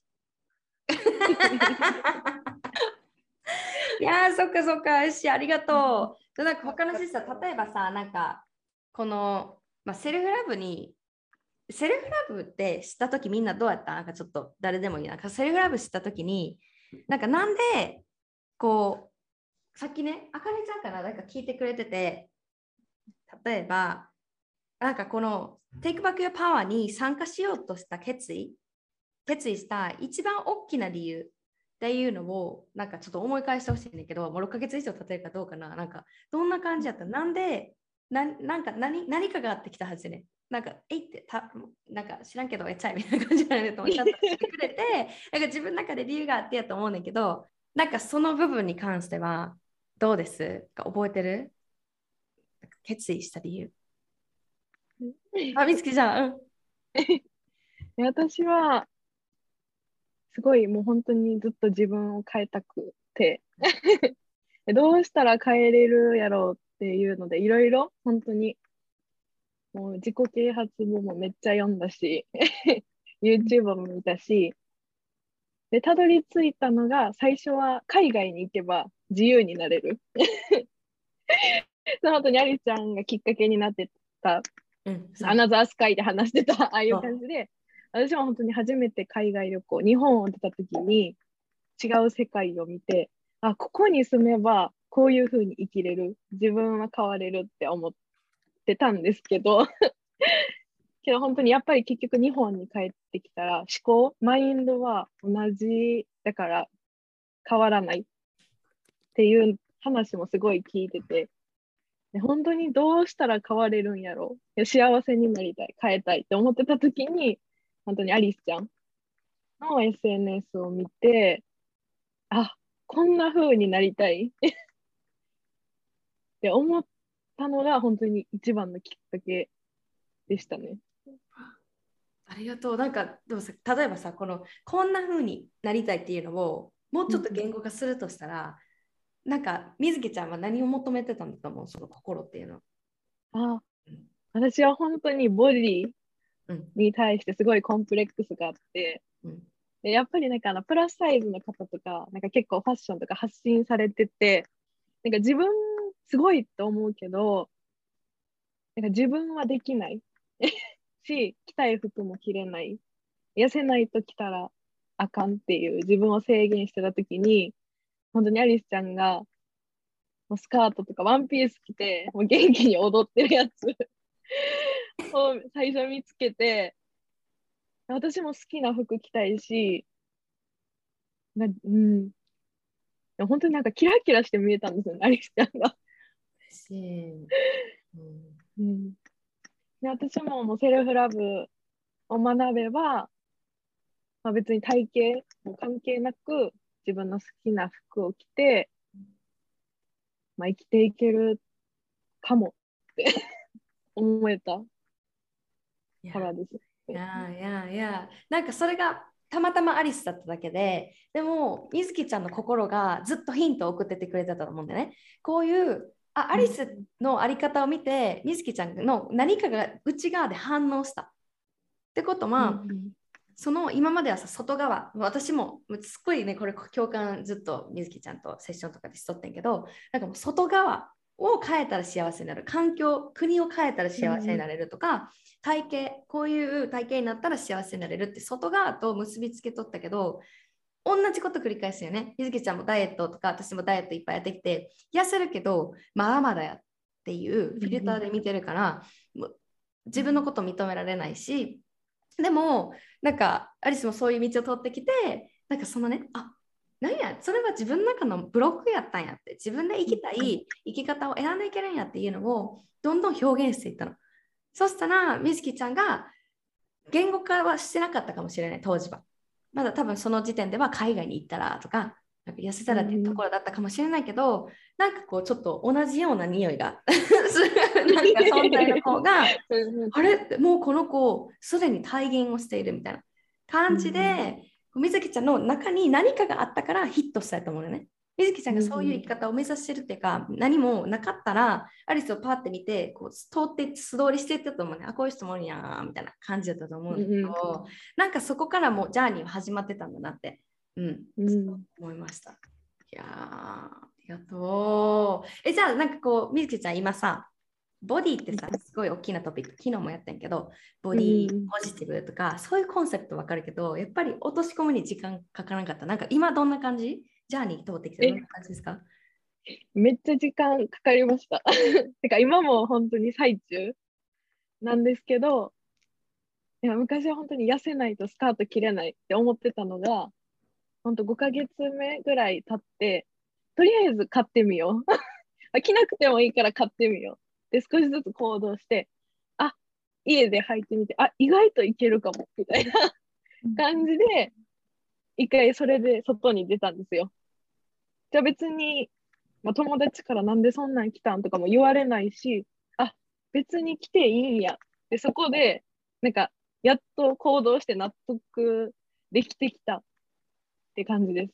いやー、そっかそっか、よし、ありがとう。なんか他のシスター、例えばさ、なんかこの、セルフラブって知ったときみんなどうやった？なんかちょっと誰でもいいな。セルフラブ知ったときに、なんでこう、さっきね、あかねちゃんからなんか聞いてくれてて、例えば、なんかこの Take Back Your Power に参加しようとした決意した一番大きな理由っていうのをなんかちょっと思い返してほしいんだけど、もう6ヶ月以上経てるかどうかな、なんかどんな感じだった？なんでなんか何かがあってきたはずね。なんかなんか知らんけどやっちゃいみたいな感じなんだとおっしゃってくれてなんか自分の中で理由があってやと思うんだけど、なんかその部分に関してはどうですか？覚えてる？決意した理由。みつきじゃん。 私はすごいもう本当にずっと自分を変えたくてどうしたら変えれるやろうっていうのでいろいろ本当にもう自己啓発本もめっちゃ読んだしYouTube も見たし、でたどり着いたのが最初は海外に行けば自由になれるその後にアリちゃんがきっかけになってた、アナザースカイで話してたああいう感じで、私も本当に初めて海外旅行、日本を出た時に違う世界を見て、ここに住めばこういう風に生きれる、自分は変われるって思ってたんですけど、けど本当にやっぱり結局日本に帰ってきたら思考、マインドは同じだから変わらないっていう話もすごい聞いてて、で本当にどうしたら変われるんやろう、いや幸せになりたい、変えたいって思ってた時に、本当にアリスちゃんの SNS を見て、あ、こんな風になりたいって思ったのが本当に一番のきっかけでしたね。 ありがとう。なんか、でもさ、例えばさ、こんな風になりたいっていうのを、もうちょっと言語化するとしたら、なんか、みずきちゃんは何を求めてたんだと思う、その心っていうの。 あ、私は本当にボディうん。 に対してすごいコンプレックスがあって、 うん。 でやっぱりなんかプラスサイズの方とか、なんか結構ファッションとか発信されてて、なんか自分すごいと思うけど、なんか自分はできないし、着たい服も着れない。痩せないと着たらあかんっていう自分を制限してた時に、本当にアリスちゃんがもうスカートとかワンピース着て、もう元気に踊ってるやつを最初見つけて、私も好きな服着たいし、でも本当になんかキラキラして見えたんですよね、アリスちゃんが。 嬉しい。 で私ももうセルフラブを学べば、まあ、別に体型も関係なく自分の好きな服を着て、まあ、生きていけるかもって思えたからです。 なんかそれがたまたまアリスだっただけで、でもみずきちゃんの心がずっとヒントを送っててくれてたと思うんだよね。こういうアリスのあり方を見て、みずきちゃんの何かが内側で反応したってことは、その今まではさ、外側、私もすっごいね、これ共感ずっとみずきちゃんとセッションとかでしとってんけど、なんかもう外側を変えたら幸せになる、環境、国を変えたら幸せになれるとか、体型、こういう体型になったら幸せになれるって外側と結びつけとったけど、同じこと繰り返すよね。みずきちゃんもダイエットとか、私もダイエットいっぱいやってきて、痩せるけど、まだまだやっていうフィルターで見てるから、自分のこと認められないし、でも、なんか、アリスもそういう道を通ってきて、なんかそのね、なんや、それは自分の中のブロックやったんやって、自分で生きたい生き方を選んでいけるんやっていうのを、どんどん表現していったの。そしたら、みずきちゃんが言語化はしてなかったかもしれない、当時は。まだ多分その時点では海外に行ったらとか、なんか痩せたらっていうところだったかもしれないけど、なんかこうちょっと同じような匂いがするなんか存在の子があれもうこの子すでに体現をしているみたいな感じで、みずきちゃんの中に何かがあったからヒットしたいと思うのね。みずきちゃんがそういう生き方を目指してるっていうか、何もなかったらアリスをパーって見てこう通って素通りしていったと思うね。こういう人もおるんやみたいな感じだったと思うんだけど、なんかそこからもうジャーニーは始まってたんだなって、思いました。いやありがとう。じゃあなんかこうみずきちゃん今さ、ボディってさ、すごい大きなトピック、昨日もやったんやけど、ボディポジティブとか、そういうコンセプトわかるけど、やっぱり落とし込むに時間かからなかった。なんか今どんな感じ？ジャーニー通ってきてどんな感じですか？ めっちゃ時間かかりました。てか今も本当に最中なんですけど、いや昔は本当に痩せないとスカート着れないって思ってたのが、本当5ヶ月目ぐらい経って、とりあえず買ってみよう。着なくてもいいから買ってみよう。で、少しずつ行動して、家で履いてみて、意外といけるかも、みたいな感じで、一回それで外に出たんですよ。じゃあ別に、友達からなんでそんなん来たんとかも言われないし、別に来ていいんや。で、そこで、なんか、やっと行動して納得できてきたって感じです。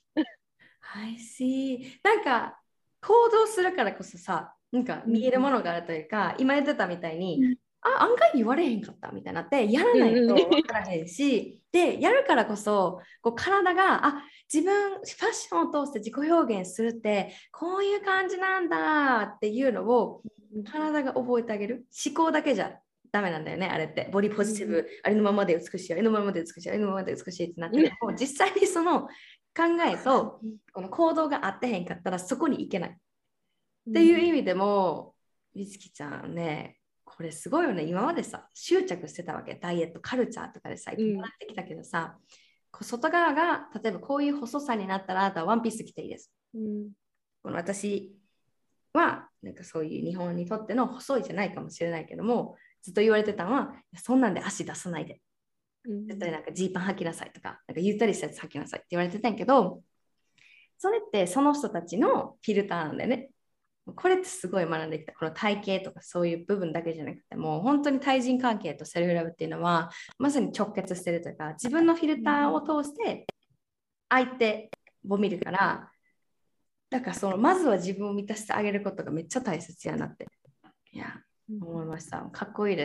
I see。なんか、行動するからこそさ、なんか見えるものがあるというか、今言ってたみたいに、案外言われへんかったみたいになって、やらないと分からへんし、で、やるからこそ、こう体が、自分、ファッションを通して自己表現するって、こういう感じなんだっていうのを、体が覚えてあげる。思考だけじゃダメなんだよね、あれって。ボディポジティブ、ありのままで美しい、ありのままで美しい、ありのままで美しいってなっても、実際にその考えとこの行動が合ってへんかったらそこに行けない。 っていう意味でも、みずきちゃんね、これすごいよね。今までさ、執着してたわけ。ダイエット、カルチャーとかでさ、いっぱいやってきたけどさ、こう外側が、例えばこういう細さになったら、あとはワンピース着ていいです。この私は、なんかそういう日本にとっての細いじゃないかもしれないけども、ずっと言われてたのは、そんなんで足出さないで。絶対なんかジーパン履きなさいとか、なんかゆったりしたやつ履きなさいって言われてたんやけど、それってその人たちのフィルターなんだよね。これってすごい学んできた。この体型とかそういう部分だけじゃなくても、本当に対人関係とセルフラブっていうのは、まさに直結してるというか、自分のフィルターを通して相手を見るから、だからそのまずは自分を満たしてあげることがめっちゃ大切やなって、いや、思いました。かっこいいです。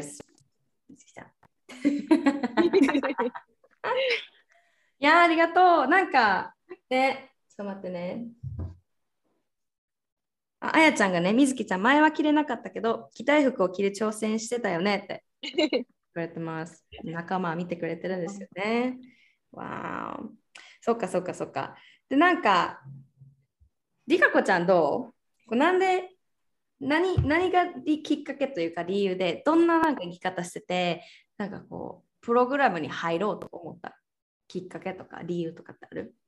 いや、ありがとう。なんか、ね、ちょっと待ってね。あやちゃんがね、みずきちゃん、前は着れなかったけど、着たい服を着る挑戦してたよねって言われてます。仲間は見てくれてるんですよね。わー。そっかそっかそっか。で、なんか、りかこちゃんどうこうなんで、何がきっかけというか理由で、どんななんか生き方してて、なんかこう、プログラムに入ろうと思ったきっかけとか理由とかってある？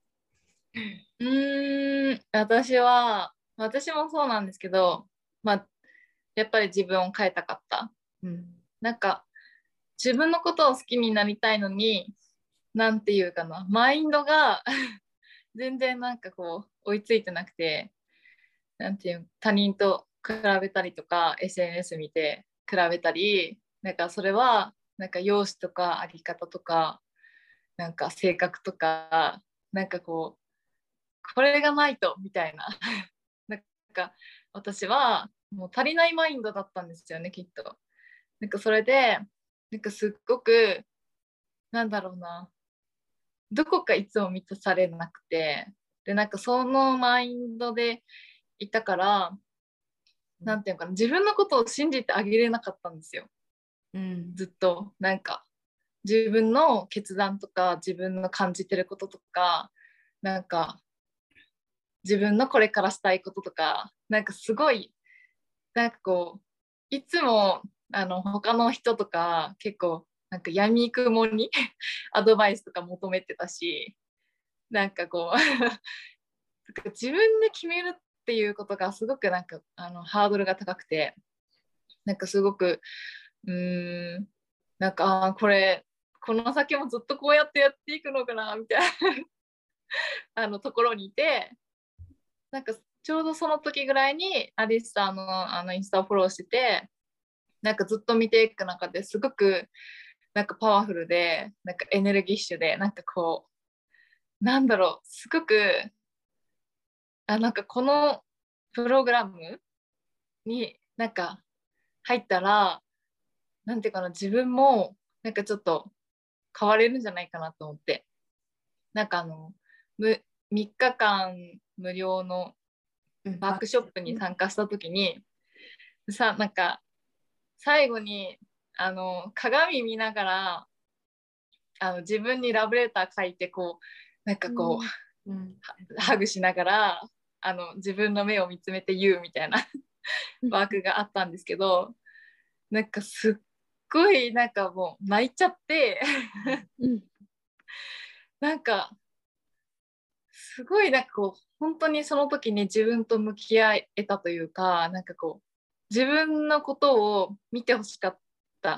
私もそうなんですけど、まあ、やっぱり自分を変えたかった。なんか、自分のことを好きになりたいのに、なんていうかな、マインドが全然なんかこう、追いついてなくて、なんていう、他人と比べたりとか、SNS 見て比べたり、なんかそれは、なんか容姿とかあり方とか、なんか性格とか、なんかこう、これがないとみたいななんか私はもう足りないマインドだったんですよね、きっと。なんかそれでなんかすっごくなんだろうな、どこかいつも満たされなくて、でなんかそのマインドでいたから、なんていうかな、自分のことを信じてあげれなかったんですよ、ずっと。なんか自分の決断とか自分の感じてることとか、なんか自分のこれからしたいこととか、なんかすごい、なんかこう、いつも他の人とか結構なんか闇雲にアドバイスとか求めてたし、なんかこう自分で決めるっていうことがすごくなんかハードルが高くて、なんかすごくなんかこの先もずっとこうやってやっていくのかなみたいなところにいて、なんかちょうどその時ぐらいにアリスさんのインスタをフォローしてて、なんかずっと見ていく中ですごくなんかパワフルで、なんかエネルギッシュで、なんかこうなんだろう、すごくなんかこのプログラムになんか入ったら、なんていうかな、自分もなんかちょっと変われるんじゃないかなと思って、なんか3日間無料のワークショップに参加した時になんか最後に鏡見ながら自分にラブレター書いて、こうなんかこう、ハグしながら自分の目を見つめて言うみたいなワークがあったんですけど、なんかすっごいなんかもう泣いちゃってなんかすごいなんかこう本当にその時に自分と向き合えたというか、なんかこう自分のことを見てほしかった、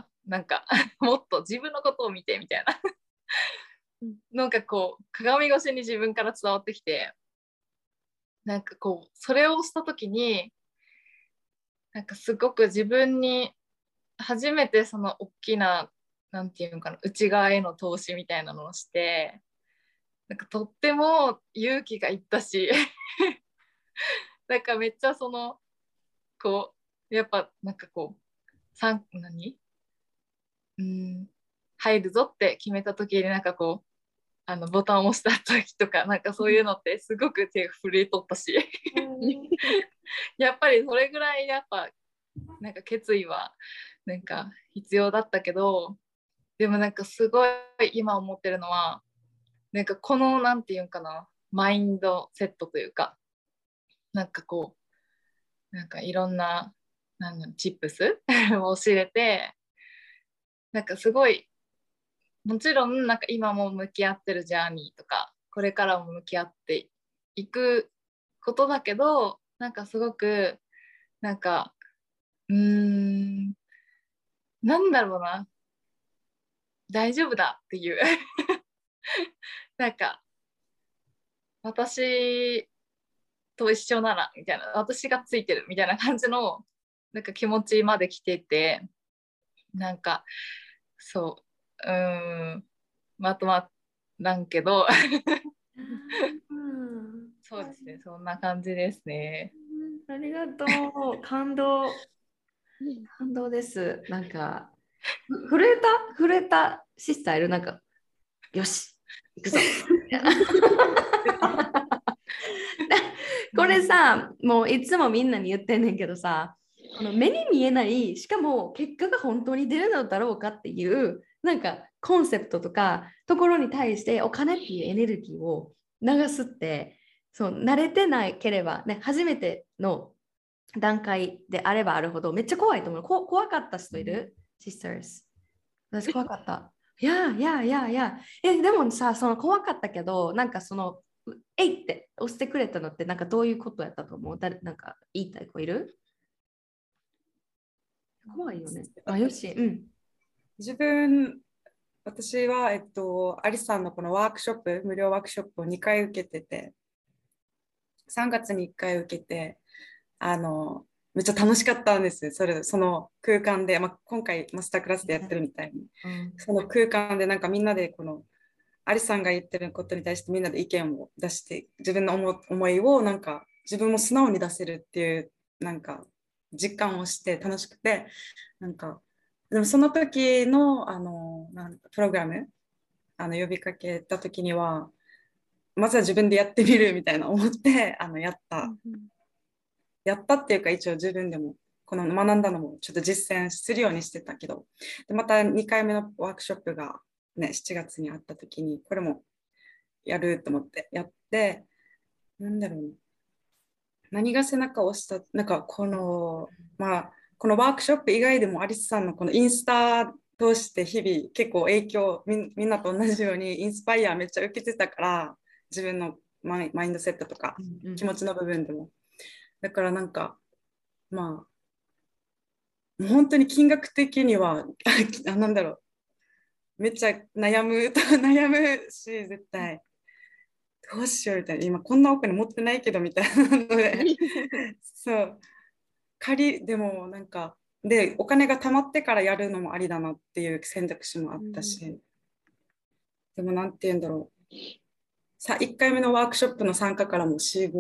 なんかもっと自分のことを見てみたいななんかこう鏡越しに自分から伝わってきて、なんかこうそれをした時になんかすごく自分に初めてその大きな、なんていうのかな、内側への投資みたいなのをして、なんかとっても勇気がいったしなんかめっちゃこうやっぱなんかこう入るぞって決めた時になんかこうボタンを押した時とか、なんかそういうのってすごく手が震えとったしやっぱりそれぐらいやっぱなんか決意はなんか必要だったけど、でもなんかすごい今思ってるのは、なんかこのなんていうんかな、マインドセットというか、なんかこうなんかいろんな、チップスを教えて、なんかすごい、もちろんなんか今も向き合ってるジャーニーとか、これからも向き合っていくことだけど、なんかすごく、なんか、なんだろうな、大丈夫だっていうなんか私と一緒ならみたいな、私がついてるみたいな感じのなんか気持ちまで来てて、なんかそう、まとまらんけどそうですね、そんな感じですね。 ありがとう。感動です。なんか、震えたシスターいるなんか、よし、行くぞ。これさ、もういつもみんなに言ってんねんけどさ、この目に見えない、しかも結果が本当に出るのだろうかっていう、なんかコンセプトとかところに対してお金っていうエネルギーを流すって、そう慣れてなければ、ね、初めての段階であればあるほどめっちゃ怖いと思う。怖かった人いる ?Sisters。私怖かった。いやいやいやいや。でもさ、その怖かったけど、なんかその、えいって押してくれたのってなんかどういうことやったと思う？なんか言いたい子いる？怖いよね。あ、よし。うん。 私は、アリさんのこのワークショップ、無料ワークショップを2回受けてて、3月に1回受けて、めっちゃ楽しかったんです。その空間で、今回マスタークラスでやってるみたいに、その空間でなんかみんなでこのアリさんが言ってることに対してみんなで意見を出して、自分の思いをなんか自分も素直に出せるっていうなんか実感をして楽しくて、なんかでもその時のプログラム呼びかけた時には、まずは自分でやってみるみたいな思ってやったっていうか、一応自分でもこの学んだのもちょっと実践するようにしてたけど、でまた2回目のワークショップが、ね、7月にあった時にこれもやると思ってやって、なんだろう、何が背中を押した、なんかこのこのワークショップ以外でもアリスさんのこのインスタ通して日々結構影響、みんなと同じようにインスパイアめっちゃ受けてたから、自分のマインドセットとか気持ちの部分でも、だからなんかもう本当に金額的にはなんだろう、めっちゃ悩むし、絶対どうしようみたいな、今こんなお金持ってないけどみたいなのでそうでもなんかでお金が貯まってからやるのもありだなっていう選択肢もあったし、でもなんて言うんだろう、1回目のワークショップの参加からも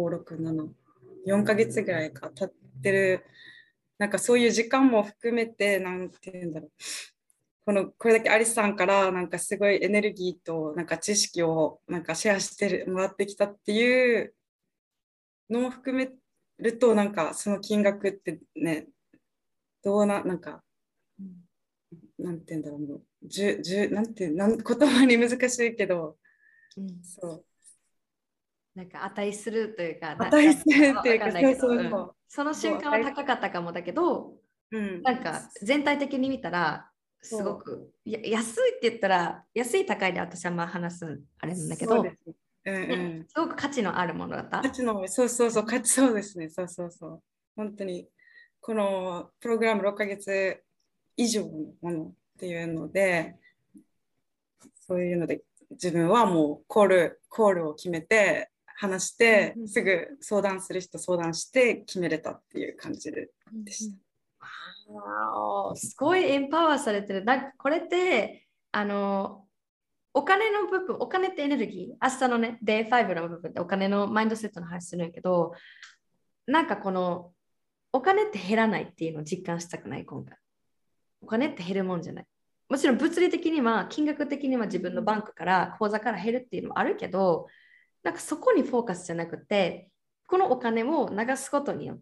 4、5、6、7、4ヶ月ぐらいか経ってる、なんかそういう時間も含めて、なんて言うんだろう、これだけアリスさんからなんかすごいエネルギーとなんか知識をなんかシェアしてもらってきたっていうのも含めると、なんかその金額ってね、なんか、なんて言うんだろう、もうなんて言葉に難しいけど、そう。 なんか値するというか、 値するっていうか、 その瞬間は高かったかもだけど、なんか全体的に見たら、すごく安いって言ったら、安い高いで私は話すあれなんだけど、すごく価値のあるものだった。 価値の、そうですね、そう本当にこのプログラム6ヶ月以上のものっていうので、そういうので自分はもうコールを決めて話して、すぐ相談する人相談して決めれたっていう感じでした。 すごいエンパワーされてる。これってお金の部分、お金ってエネルギー、明日のね、デイ5の部分ってお金のマインドセットの話するんやけど、なんかこのお金って減らないっていうのを実感したくない、今回。お金って減るもんじゃない。もちろん物理的には、金額的には自分のバンクから、口座から減るっていうのもあるけど、なんかそこにフォーカスじゃなくて、このお金を流すことによって、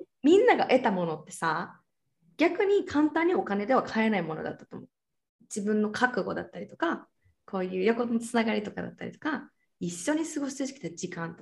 みんなが得たものってさ、逆に簡単にお金では買えないものだったと思う。自分の覚悟だったりとか、こういう横のつながりとかだったりとか、一緒に過ごしてきた時間とか、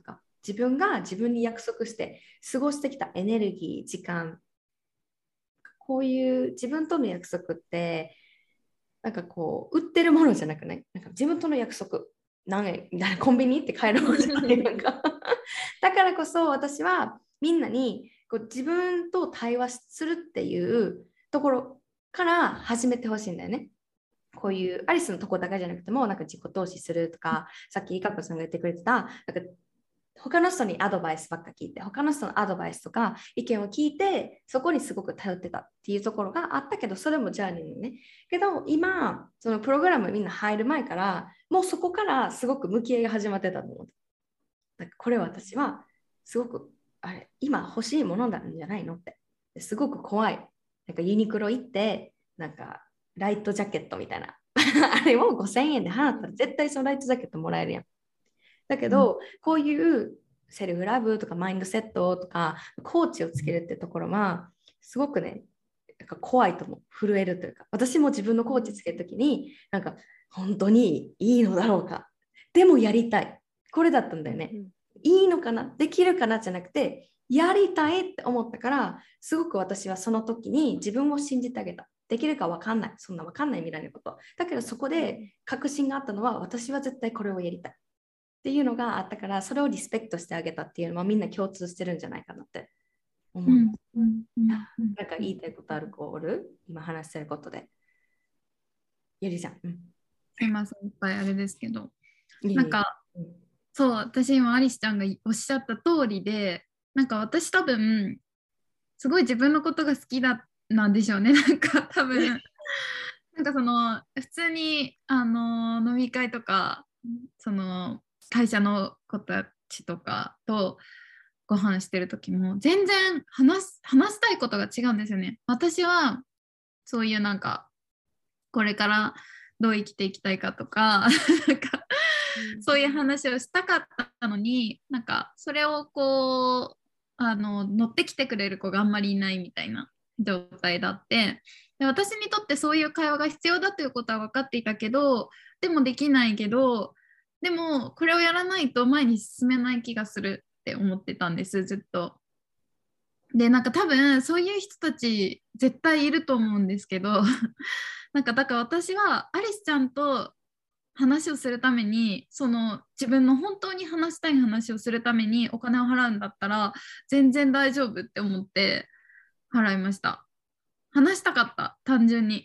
自分が自分に約束して過ごしてきたエネルギー、時間、こういう自分との約束ってなんかこう売ってるものじゃなくない？なんか自分との約束何円みたいな、コンビニ行って買えるものじゃないなんかだからこそ私はみんなにこう自分と対話するっていうところから始めてほしいんだよね。こういうアリスのとこだけじゃなくてもなんか自己投資するとか、さっきイカコさんが言ってくれてたなんか他の人にアドバイスばっか聞いて、他の人のアドバイスとか意見を聞いて、そこにすごく頼ってたっていうところがあったけど、それもジャーニーのね。けど今、そのプログラムみんな入る前から、もうそこからすごく向き合いが始まってたと思う。だからこれ私はすごく、あれ、今欲しいものなんじゃないのって。すごく怖い。なんかユニクロ行って、なんかライトジャケットみたいな。あれを5000円で払ったら絶対そのライトジャケットもらえるやん。だけど、こういうセルフラブとかマインドセットとかコーチをつけるってところはすごくね、なんか怖いと思う。震えるというか、私も自分のコーチつけるときになんか本当にいいのだろうか、でもやりたい、これだったんだよね。いいのかな、できるかなじゃなくて、やりたいって思ったから、すごく私はその時に自分を信じてあげた。できるか分かんない、そんな分かんない未来のこと。だけどそこで確信があったのは、私は絶対これをやりたいっていうのがあったから、それをリスペクトしてあげたっていうのはみんな共通してるんじゃないかなって思う。なんか言いたいことある子おる？今話してることで。ゆりちゃん。 すいません、いっぱいあれですけど。 いいなんか、そう、私今アリスちゃんがおっしゃった通りで、なんか私多分、すごい自分のことが好きだなんでしょうね。なんか多分、なんかその普通に飲み会とか、その会社の子たちとかとご飯してる時も全然話したいことが違うんですよね。私はそういうなんかこれからどう生きていきたいかとか、なんかそういう話をしたかったのに、なんかそれをこう乗ってきてくれる子があんまりいないみたいな状態だって、で私にとってそういう会話が必要だということは分かっていたけど、でもできないけど、でもこれをやらないと前に進めない気がするって思ってたんです、ずっと。でなんか多分そういう人たち絶対いると思うんですけどなんかだから私はアリスちゃんと話をするために、その自分の本当に話したい話をするためにお金を払うんだったら全然大丈夫って思って払いました。話したかった、単純に。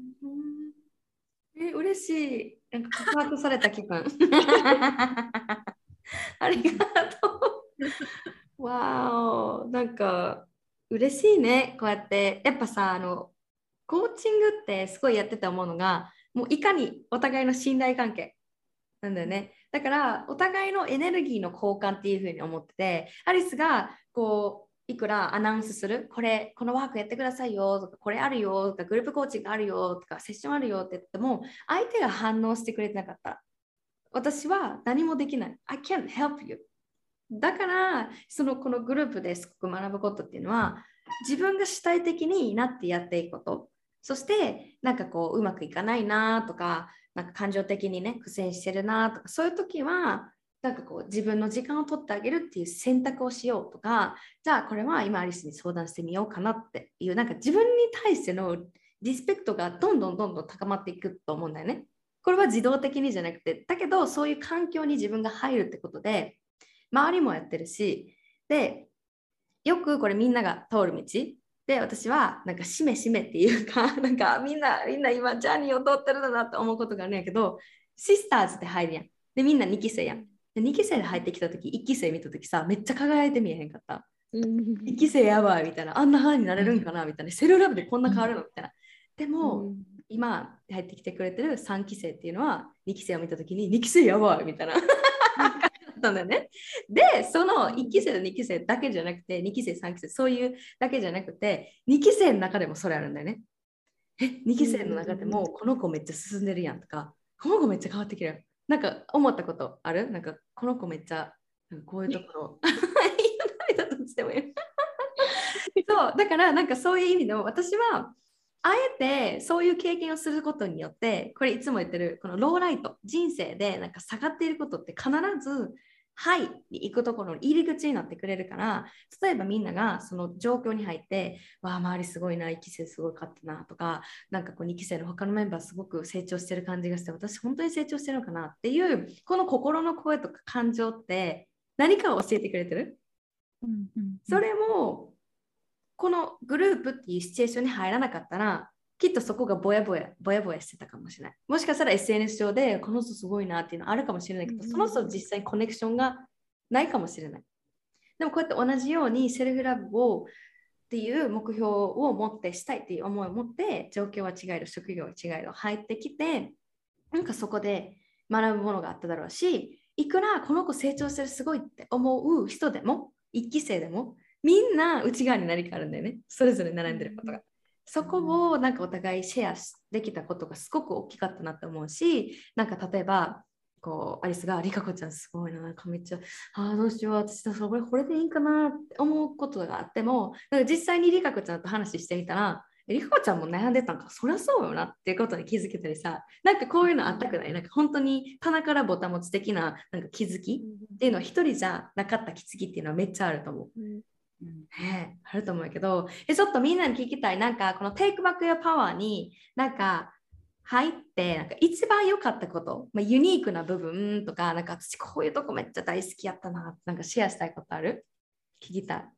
嬉しい。なんか告白された気分。ありがとう。わー、なんか嬉しいね。こうやってやっぱさ、コーチングってすごいやってて思うのが、もういかにお互いの信頼関係なんだよね。だからお互いのエネルギーの交換っていう風に思ってて、アリスがこういくらアナウンスする、このワークやってくださいよとか、これあるよとか、グループコーチングあるよとか、セッションあるよって言っても、相手が反応してくれてなかったら、私は何もできない。I can't help you。だから、このグループですごく学ぶことっていうのは、自分が主体的になってやっていくこと。そして、なんかこう、うまくいかないなとか、なんか感情的にね、苦戦してるなとか、そういう時は、なんかこう自分の時間を取ってあげるっていう選択をしようとか、じゃあこれは今アリスに相談してみようかなっていう、なんか自分に対してのリスペクトがどんどん高まっていくと思うんだよね。これは自動的にじゃなくて、だけどそういう環境に自分が入るってことで、周りもやってるし、で、よくこれみんなが通る道で、私はなんかしめっていうか、なんかみんな今ジャーニーを通ってるんだなって思うことがあるんやけど、シスターズって入るやん。で、みんな2期生やん。で2期生で入ってきたとき、1期生見たときさ、めっちゃ輝いて見えへんかった。1期生やばいみたいな、あんな派になれるんかなみたいな、セルラブでこんな変わるのみたいな。でも、今入ってきてくれてる3期生っていうのは、2期生を見たときに、2期生やばいみたいな。だよね。で、その1期生と2期生だけじゃなくて、2期生、3期生、そういうだけじゃなくて、2期生の中でもそれあるんだよね。2期生の中でも、この子めっちゃ進んでるやんとか、この子めっちゃ変わってきる。なんか思ったことある？なんかこの子めっちゃこういうところ。そう、だからなんかそういう意味でも私はあえてそういう経験をすることによって、これいつも言ってるこのローライト、人生でなんか下がっていることって必ずはいに行くところの入り口になってくれるから、例えばみんながその状況に入って、わあ、周りすごいな、1期生すごい勝ったなとか、なんかこう2期生の他のメンバーすごく成長してる感じがして、私本当に成長してるのかなっていう、この心の声とか感情って何かを教えてくれてる。それも、このグループっていうシチュエーションに入らなかったら、きっとそこがぼやぼやしてたかもしれない。もしかしたら SNS 上でこの人すごいなっていうのあるかもしれないけど、その人と実際にコネクションがないかもしれない。でもこうやって同じようにセルフラブをっていう目標を持ってしたいっていう思いを持って、状況は違えど職業は違えど入ってきて、なんかそこで学ぶものがあっただろうし、いくらこの子成長してるすごいって思う人でも、一期生でもみんな内側に何かあるんだよね。それぞれ並んでることが。そこをなんかお互いシェアできたことがすごく大きかったなと思うし、なんか例えばこうアリスがリカ子ちゃんすごいな、なんかめっちゃどうしよう、私これでいいんかなって思うことがあっても、なんか実際にリカ子ちゃんと話してみたら、リカ子ちゃんも悩んでたんか、そりゃそうよなっていうことに気づけたりさ、なんかこういうのあったくない？なんか本当に棚からボタン持ち的ななんか気づきっていうのは一人じゃなかった気づきっていうのはめっちゃあると思う。あると思うけど、ちょっとみんなに聞きたい、なんかこの Take Back Your Power になんか入ってなんか一番良かったこと、ユニークな部分とか、なんか私こういうとこめっちゃ大好きやったな、なんかシェアしたいことある？聞きた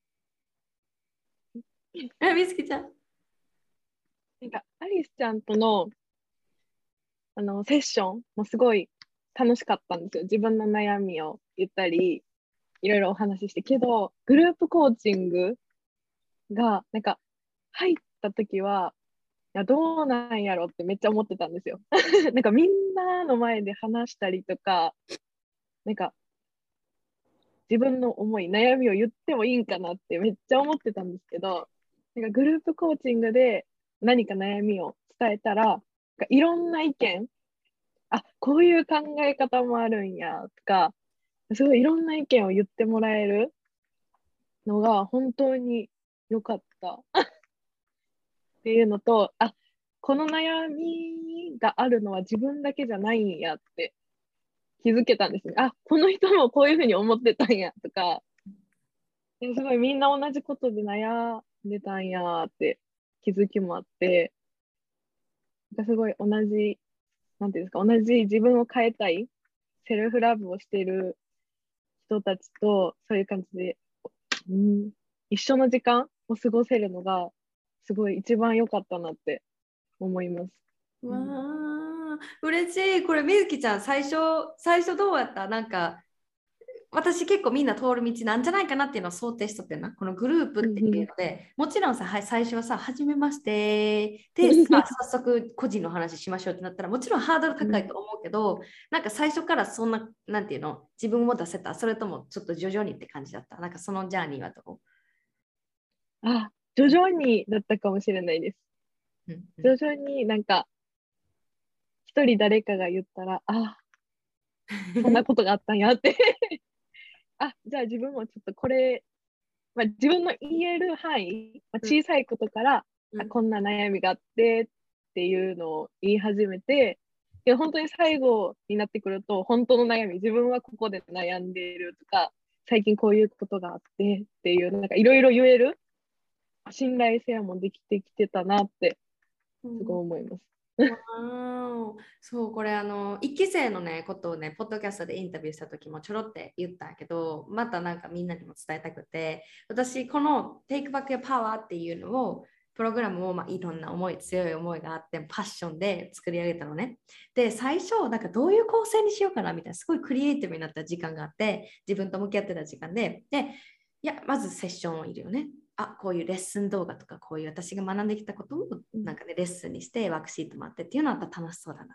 い。みつきちゃん。 なんかアリスちゃんとのセッションもすごい楽しかったんですよ。自分の悩みを言ったり、いろいろお話しして。けど、グループコーチングが、なんか、入った時は、いや、どうなんやろってめっちゃ思ってたんですよ。なんかみんなの前で話したりとか、なんか、自分の思い、悩みを言ってもいいんかなってめっちゃ思ってたんですけど、なんかグループコーチングで何か悩みを伝えたら、なんかいろんな意見、こういう考え方もあるんやとか、すごいいろんな意見を言ってもらえるのが本当に良かったっていうのと、この悩みがあるのは自分だけじゃないんやって気づけたんですね。この人もこういうふうに思ってたんやとか、すごいみんな同じことで悩んでたんやって気づきもあって、すごい同じ、なんていうんですか、同じ自分を変えたい、セルフラブをしている人たちと、そういう感じで、一緒の時間を過ごせるのが、すごい一番良かったなって思います。 わー、嬉しい。これ、みずきちゃん、最初どうやった？なんか、私結構みんな通る道なんじゃないかなっていうのを想定しとってんな。このグループっていうので、もちろんさ、最初はさ、はじめましてで早速個人の話しましょうってなったら、もちろんハードル高いと思うけど、なんか最初からそんな、なんていうの、自分も出せた？それともちょっと徐々にって感じだった？なんかそのジャーニーはどう？ 徐々にだったかもしれないです。徐々になんか、一人誰かが言ったら、そんなことがあったんやってじゃあ自分もちょっとこれ、自分の言える範囲、小さいことから、こんな悩みがあってっていうのを言い始めて、本当に最後になってくると、本当の悩み、自分はここで悩んでいるとか、最近こういうことがあってっていう、なんかいろいろ言える信頼性もできてきてたなってすごい思います。 そう、これ1期生のねことをねポッドキャストでインタビューした時もちょろって言ったけど、またなんかみんなにも伝えたくて、私この Take Back Your Power っていうのをプログラムをいろんな強い思いがあってパッションで作り上げたのね。で最初なんかどういう構成にしようかなみたいなすごいクリエイティブになった時間があって、自分と向き合ってた時間でいやまずセッションをいるよね。こういうレッスン動画とかこういう私が学んできたことをなんかねレッスンにしてワークシートもあってっていうのは楽しそうだなって。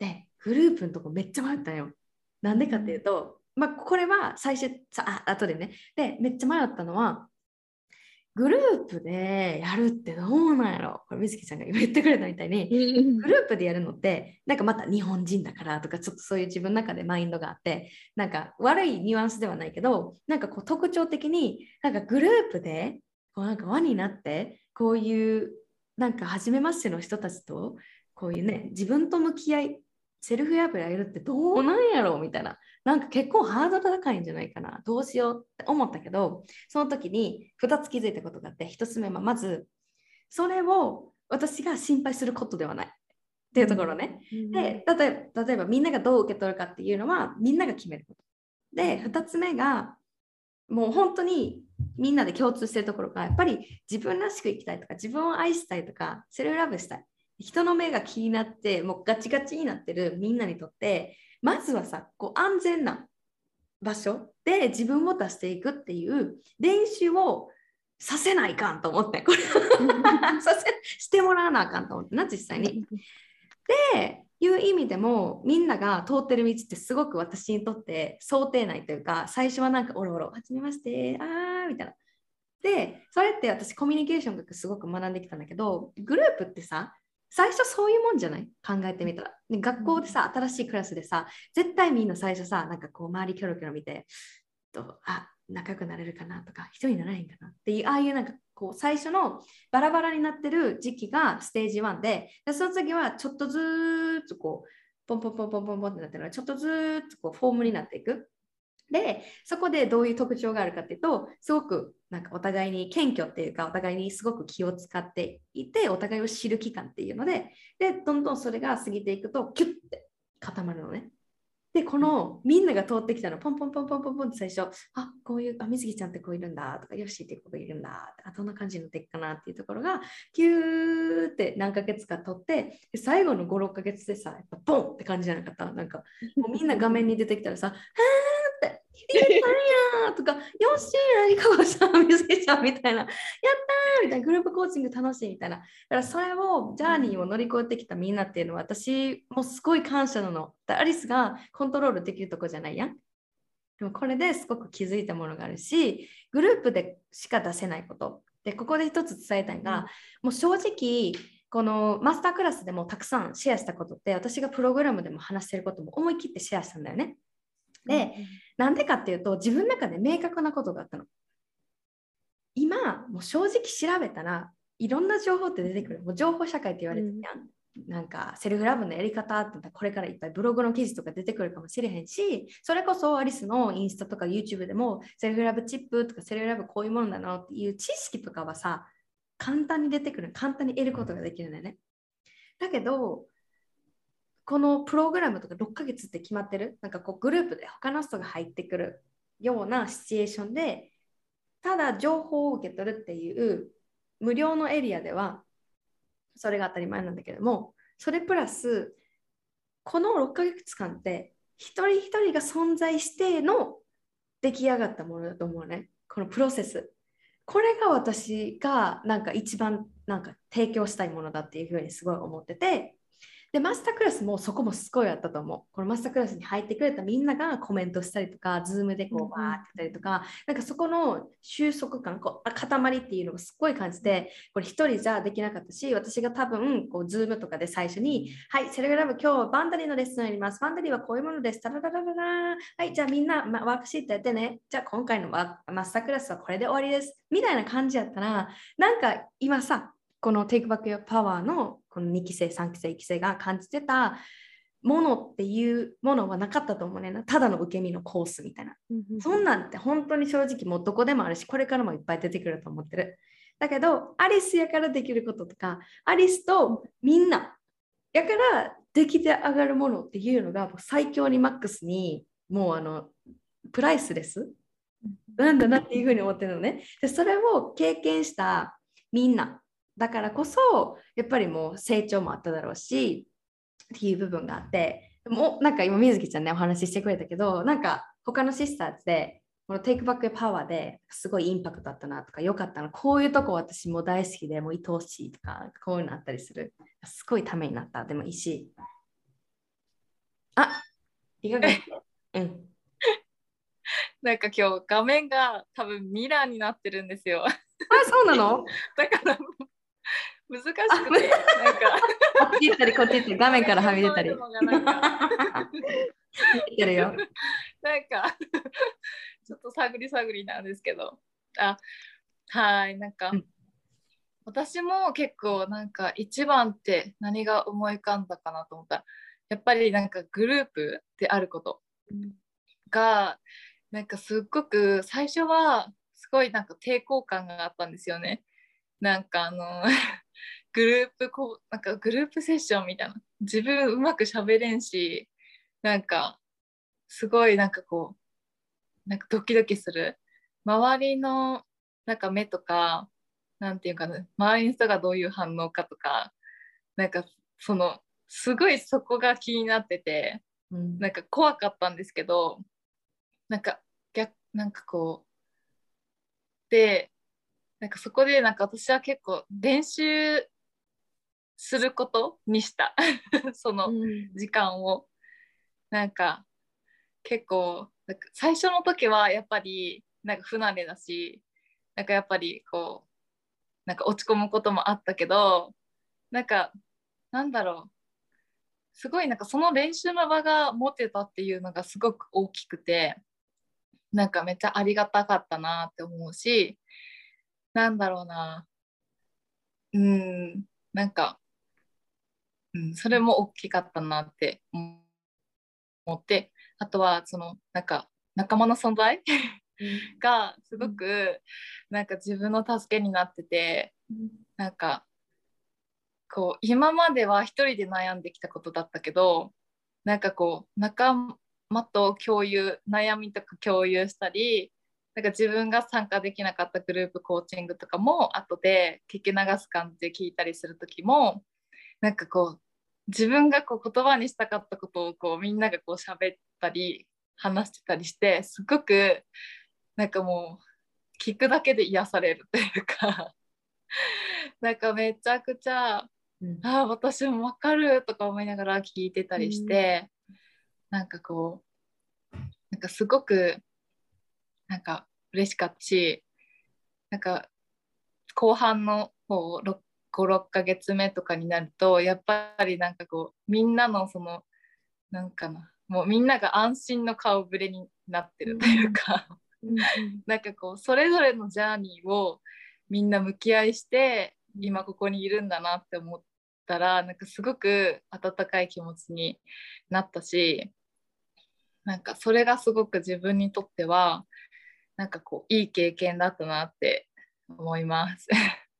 でグループのとこめっちゃ迷ったよ。なんでかっていうと、これは最初後でね。でめっちゃ迷ったのはグループでやるってどうなんやろ。これみずきちゃんが言ってくれたみたいにグループでやるのってなんかまた日本人だからとかちょっとそういう自分の中でマインドがあって、なんか悪いニュアンスではないけど、なんかこう特徴的になんかグループでこうなんか輪になってこういうなんか初めましての人たちとこういうね自分と向き合いセルフラブやるってどうなんやろうみたいな。なんか結構ハードル高いんじゃないかな。どうしようって思ったけど、その時に2つ気づいたことがあって、1つ目はまず、それを私が心配することではないっていうところね。で、例えばみんながどう受け取るかっていうのはみんなが決めること。で、2つ目が、もう本当にみんなで共通してるところが、やっぱり自分らしく生きたいとか、自分を愛したいとか、セルフラブしたい。人の目が気になって、もうガチガチになってるみんなにとって、まずはさ、こう安全な場所で自分を出していくっていう練習をさせないかんと思って、これしてもらわなあかんと思ってな、実際に。で、いう意味でもみんなが通ってる道ってすごく私にとって想定内というか、最初はなんかおろおろ、はじめまして、みたいな。で、それって私コミュニケーションとかすごく学んできたんだけど、グループってさ、最初そういうもんじゃない？考えてみたら。で、学校でさ、新しいクラスでさ、絶対みんな最初さ、なんかこう周りキョロキョロ見て、仲良くなれるかなとか、一人にならないんかなっていう、ああいうなんかこう最初のバラバラになってる時期がステージ1で、その次はちょっとずつこう、ポンポンポンポンポンポンってなってるのは、ちょっとずつこうフォームになっていく。で、そこでどういう特徴があるかっていうと、すごくなんかお互いに謙虚っていうか、お互いにすごく気を使っていて、お互いを知る期間っていうので、どんどんそれが過ぎていくと、キュッて固まるのね。で、このみんなが通ってきたの、ポンポンポンポンポンポンって最初、こういう、水木ちゃんってこういるんだとか、ヨッシーってこういるんだとか、どんな感じのでっかなっていうところが、キューって何ヶ月か取って、最後の5、6ヶ月でさ、やっぱボンって感じじゃなかった。なんか、もうみんな画面に出てきたらさ、って、ヒデさんやとか、よっしー、何かがさ、水木ちゃんみたいな、やったーみたいな、グループコーチング楽しいみたいな。だからそれを、ジャーニーを乗り越えてきたみんなっていうのは、私もすごい感謝なの。アリスがコントロールできるとこじゃないやん。でもこれですごく気づいたものがあるし、グループでしか出せないこと。で、ここで一つ伝えたいのが、もう正直、このマスタークラスでもたくさんシェアしたことって、私がプログラムでも話してることも思い切ってシェアしたんだよね。で、なんでかっていうと、自分の中で明確なことがあったの。今、もう正直調べたらいろんな情報って出てくる。もう情報社会って言われてるやん。なんかセルフラブのやり方ってこれからいっぱいブログの記事とか出てくるかもしれへんし、それこそアリスのインスタとか YouTube でもセルフラブチップとかセルフラブこういうものなのっていう知識とかはさ、簡単に出てくる、簡単に得ることができるんだよね。だけど、このプログラムとか6ヶ月って決まってる、なんかこうグループで他の人が入ってくるようなシチュエーションで、ただ情報を受け取るっていう無料のエリアではそれが当たり前なんだけども、それプラスこの6ヶ月間って一人一人が存在しての出来上がったものだと思うね。このプロセス、これが私がなんか一番なんか提供したいものだっていうふうにすごい思ってて、でマスタークラスもそこもすごいあったと思う。このマスタークラスに入ってくれたみんながコメントしたりとか、ズームでこうバーってやったりとか、なんかそこの収束感、塊っていうのがすごい感じて、これ一人じゃできなかったし、私が多分こうズームとかで最初に、はい、セルフラブ今日バンダリーのレッスンやります。バンダリーはこういうものです。タラララララ。はい、じゃあみんな、ワークシートやってね。じゃあ今回のマスタークラスはこれで終わりです。みたいな感じやったら、なんか今さ、この Take Back Your Power のこの2期生、3期生、1期生が感じてたものっていうものはなかったと思うねんな。ただの受け身のコースみたいな。そんなんって本当に正直もうどこでもあるし、これからもいっぱい出てくると思ってる。だけど、アリスやからできることとか、アリスとみんなやからできて上がるものっていうのが最強にマックスにもうプライスレスなんだなっていうふうに思ってるのね。で、それを経験したみんなだからこそやっぱりもう成長もあっただろうしっていう部分があって、もうなんか今水木ちゃんねお話ししてくれたけど、なんか他のシスターズでこの Take Back Your Power ですごいインパクトあったなとか、良かったな、こういうとこ私も大好きでもう愛おしいとか、こういうのあったりする。すごいためになった。でもいいし、いかがなんか今日画面が多分ミラーになってるんですよ。 そうなの？ だから難しくて、なんかこっち行ったりこっち行ったり画面からはみ出たり。見てるよ。 なんかちょっと探り探りなんですけど、はいなんか、私も結構なんか一番って何が思い浮かんだかなと思ったら、 やっぱりなんかグループであることがなんかすっごく最初はすごいなんか抵抗感があったんですよね。なんかなんかグループセッションみたいな、自分うまく喋れんし、なんかすごいなんかこうなんかドキドキする、周りのなんか目とか、なんていうかな、周りの人がどういう反応かとか、なんかそのすごいそこが気になってて、なんか怖かったんですけど、なんかこうで、なんかそこでなんか私は結構練習することにしたその時間を。なんか結構なんか最初の時はやっぱりなんか不慣れだし、なんかやっぱりこうなんか落ち込むこともあったけど、なんかなんだろう、すごいなんかその練習の場が持てたっていうのがすごく大きくて、なんかめっちゃありがたかったなって思うし、なんだろうな、なんか、それも大きかったなって思って、あとはそのなんか仲間の存在がすごくなんか自分の助けになってて、なんかこう今までは一人で悩んできたことだったけど、なんかこう仲間と悩みとか共有したり、なんか自分が参加できなかったグループコーチングとかも後で聞き流す感じで聞いたりする時も、なんかこう自分がこう言葉にしたかったことをこうみんながこう喋ったり話してたりして、すごくなんかもう聞くだけで癒されるというかなんかめちゃくちゃ、私も分かるとか思いながら聞いてたりして、なんかこうなんかすごくなんか嬉しかったし、なんか後半の方5、6ヶ月目とかになると、やっぱりなんかこうみんなのそのなんかな、もうみんなが安心の顔ぶれになってるというか、なんかこうそれぞれのジャーニーをみんな向き合いして今ここにいるんだなって思ったら、なんかすごく温かい気持ちになったし、なんかそれがすごく自分にとってはなんかこういい経験だったなって思います。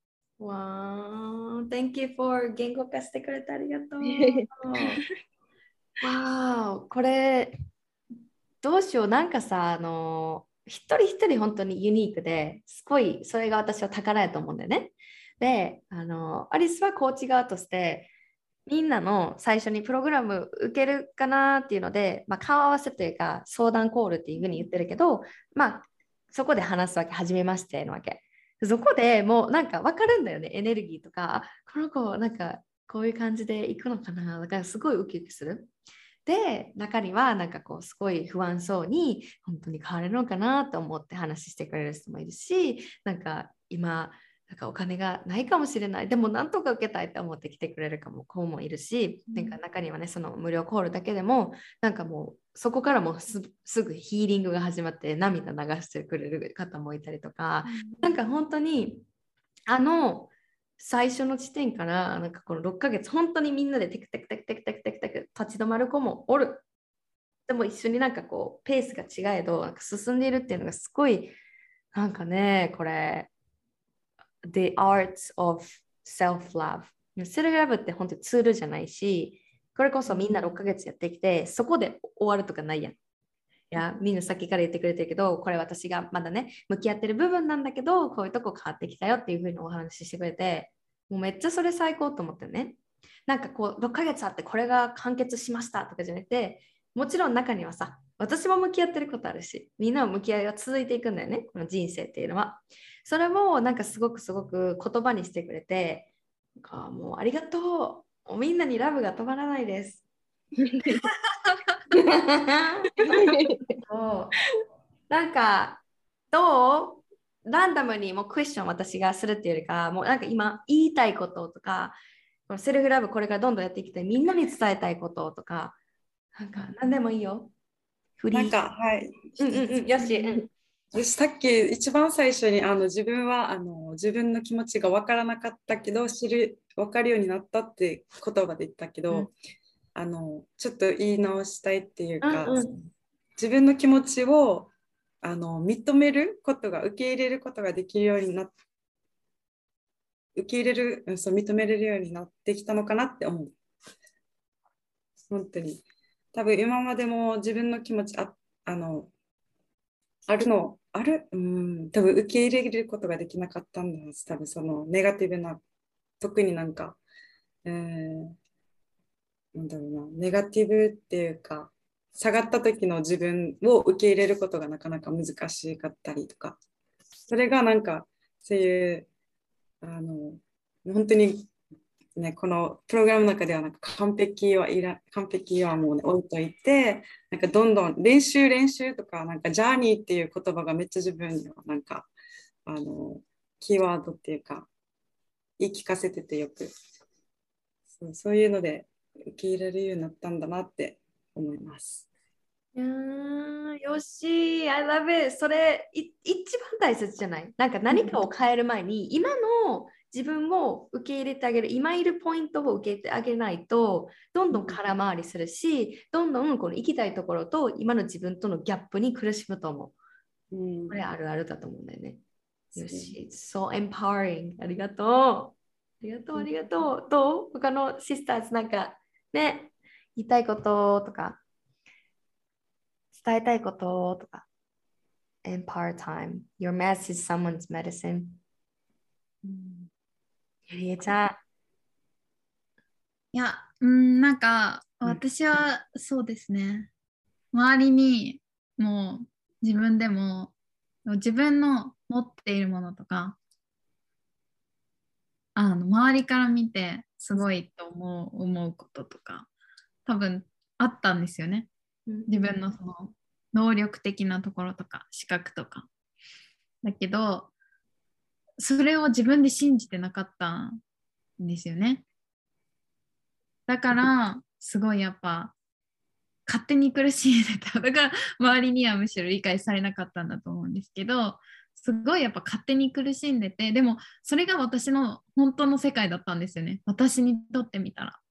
わー、Thank you for 言語化してくれてありがとう。わー、これどうしよう、なんかさ、一人一人本当にユニークですごいそれが私は宝やと思うんだよね。で、アリスはコーチ側としてみんなの最初にプログラム受けるかなっていうので、顔合わせというか相談コールっていうふうに言ってるけど、そこで話すわけ、初めましてのわけ。そこでもうなんか分かるんだよね、エネルギーとか、この子なんかこういう感じで行くのかな、だからすごいウキウキする。で、中にはなんかこうすごい不安そうに本当に変われるのかなと思って話してくれる人もいるし、なんか今なんかお金がないかもしれない、でもなんとか受けたいと思って来てくれる子もいるし、なんか中にはね、その無料コールだけでもなんかもうそこからもすぐヒーリングが始まって涙流してくれる方もいたりとか、なんか本当に最初の地点からなんかこの6ヶ月本当にみんなでテクテクテクテクテクテクテク立ち止まる子もおる。でも一緒になんかこうペースが違えどなんか進んでいるっていうのがすごいなんかね、これ The Arts of Self-Love。セルフラブって本当にツールじゃないし、これこそみんな6ヶ月やってきてそこで終わるとかないやん。いや、みんなさっきから言ってくれてるけど、これ私がまだね、向き合ってる部分なんだけど、こういうとこ変わってきたよっていうふうにお話ししてくれて、もうめっちゃそれ最高と思ってね。なんかこう、6ヶ月あってこれが完結しましたとかじゃなくて、もちろん中にはさ、私も向き合ってることあるし、みんなの向き合いが続いていくんだよね、この人生っていうのは。それもなんかすごく言葉にしてくれて、なんかもうありがとう。みんなにラブが止まらないです。そうなんかどうランダムにもうクエスチョン私がするっていうよりか、もうなんか今言いたいこととか、このセルフラブこれからどんどんやっていきたい、みんなに伝えたいこととか、なんか何でもいいよ。 なんか、はい。 よし。 さっき一番最初に自分は自分の気持ちが分からなかったけど分かるようになったって言葉で言ったけど、 ちょっと言い直したいっていうか、 うんうん。 自分の気持ちを認めることが、受け入れることができるようになっ受け入れる、そう、認めれるようになってきたのかなって思う。本当に。多分今までも自分の気持ちあるの、ある、多分受け入れることができなかったんだはず。多分そのネガティブな、特になんか、なんだろうな、ネガティブっていうか、下がった時の自分を受け入れることがなかなか難しかったりとか、それがなんか、そういう、本当にね、このプログラムの中ではなんか完璧はもうね、置いといて、なんかどんどん練習とか、なんかジャーニーっていう言葉がめっちゃ自分にはなんか、あの、キーワードっていうか、言い聞かせててよく、そういうので受け入れるようになったんだなって思います。 よし、I love it。それ、一番大切じゃない？なんか何かを変える前に、今の自分を受け入れてあげる、今いるポイントを受け入れてあげないと、どんどん空回りするし、どんどんこの行きたいところと今の自分とのギャップに苦しむと思う。これあるあるだと思うんだよね。よし、so empowering。ありがとう。ありがとう、ありがとう。どう？他のシスターズなんかね、言いたいこととか、伝えたいこととか。Empower time. Your mess is someone's medicine. ゆりえちゃん。 いや、なんか私はそうですね。周りにもう自分でも自分の持っているものとか、周りから見てすごいと思うこととか、多分あったんですよね。自分のその能力的なところとか、資格とか。だけど、それを自分で信じてなかったんですよね。だから、すごいやっぱ、勝手に苦しんでた。だから、周りにはむしろ理解されなかったんだと思うんですけど、すごいやっぱ勝手に苦しんでて、でも、それが私の本当の世界だったんですよね。私にとってみたら。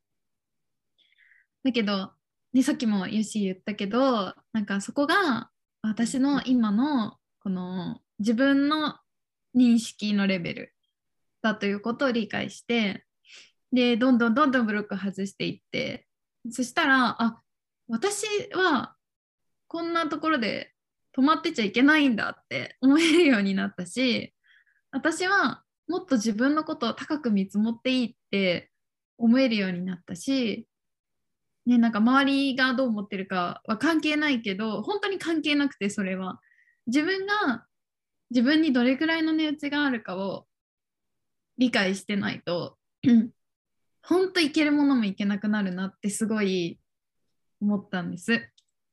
だけど、ね、さっきもよし言ったけど、なんかそこが私の今のこの自分の認識のレベルだということを理解して、で、どんどんどんどんブロック外していって、そしたら、私はこんなところで止まってちゃいけないんだって思えるようになったし、私はもっと自分のことを高く見積もっていいって思えるようになったし、ね、なんか周りがどう思ってるかは関係ないけど、本当に関係なくて、それは。自分が自分にどれくらいの値打ちがあるかを理解してないと、本当いけるものもいけなくなるなってすごい思ったんです。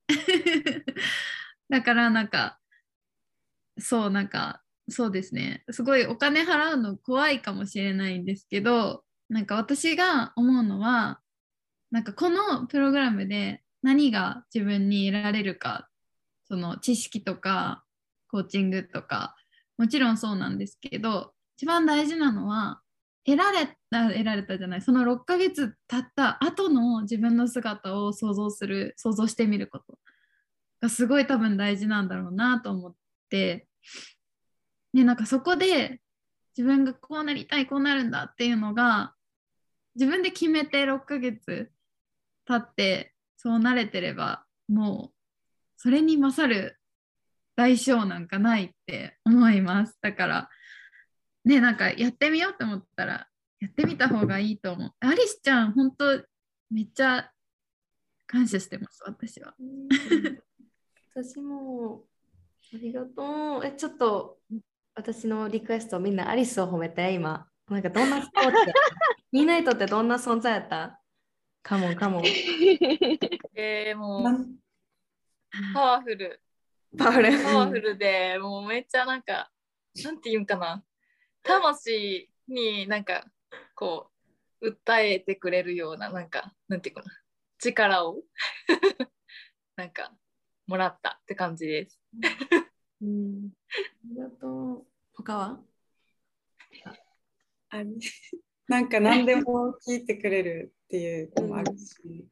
だからなんか、なんか、そうですね。すごいお金払うの怖いかもしれないんですけど、なんか私が思うのは、なんかこのプログラムで何が自分に得られるか、その知識とかコーチングとか、もちろんそうなんですけど、一番大事なのは、得られたじゃない、その6ヶ月経った後の自分の姿を想像してみることがすごい多分大事なんだろうなと思って、ね、なんかそこで自分がこうなりたい、こうなるんだっていうのが、自分で決めて6ヶ月経ってそうなれてれば、もうそれに勝る代償なんかないって思います。だからね、なんかやってみようと思ったらやってみた方がいいと思う。アリスちゃん本当めっちゃ感謝してます、私は。 私もありがとう。ちょっと私のリクエスト、みんなアリスを褒めて、今。なんかどんなスポーツやみんなにとってどんな存在やった？カモンカモン。 もうパワフル。 パワフル。 パワフルで、もうめっちゃなんか、なんていうんかな。魂になんか、こう、訴えてくれるような、なんか、なんていうかな。力をなんか、もらったって感じです。 ありがとう。他は？ なんか何でも聞いてくれるっっていうのもあるし、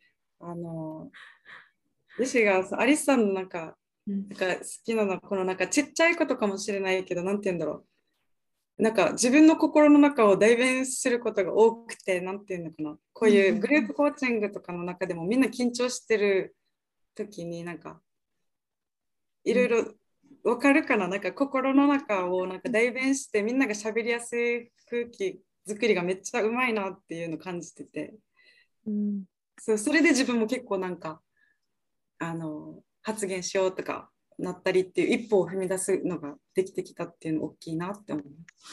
ヨシがアリスさんのなんか好きなのはこのなんかちっちゃいことかもしれないけど、なんて言うんだろう。なんか自分の心の中を代弁することが多くて、なんて言うのかな。こういうグループコーチングとかの中でもみんな緊張してる時になんかいろいろわかるかな、なんか心の中をなんか代弁してみんなが喋りやすい空気作りがめっちゃうまいなっていうのを感じてて、それで自分も結構なんか発言しようとかなったりっていう一歩を踏み出すのができてきたっていうの大きいなって思う。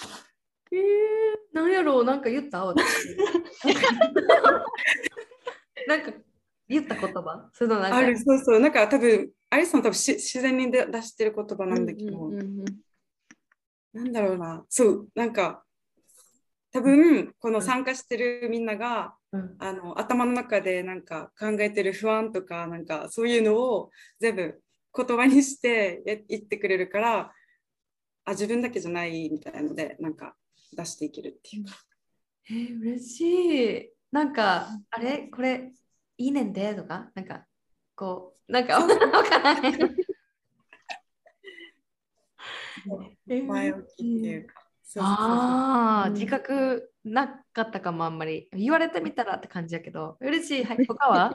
なんやろう、なんか言ったなんか言った言葉そのなんかある、そうそう、なんか多分アリスさん多分自然に出してる言葉なんだけど、なんだろうな、そうなんか多分この参加してるみんなが、頭の中でなんか考えてる不安とかなんかそういうのを全部言葉にして言ってくれるから、自分だけじゃないみたいなのでなんか出していけるっていうか。 嬉しい。なんかあれこれいいねんでとかなんかこうなんかわからない。 前置きっていうか。 自覚なかったかもあんまり。言われてみたらって感じやけど、嬉しい。はい、他は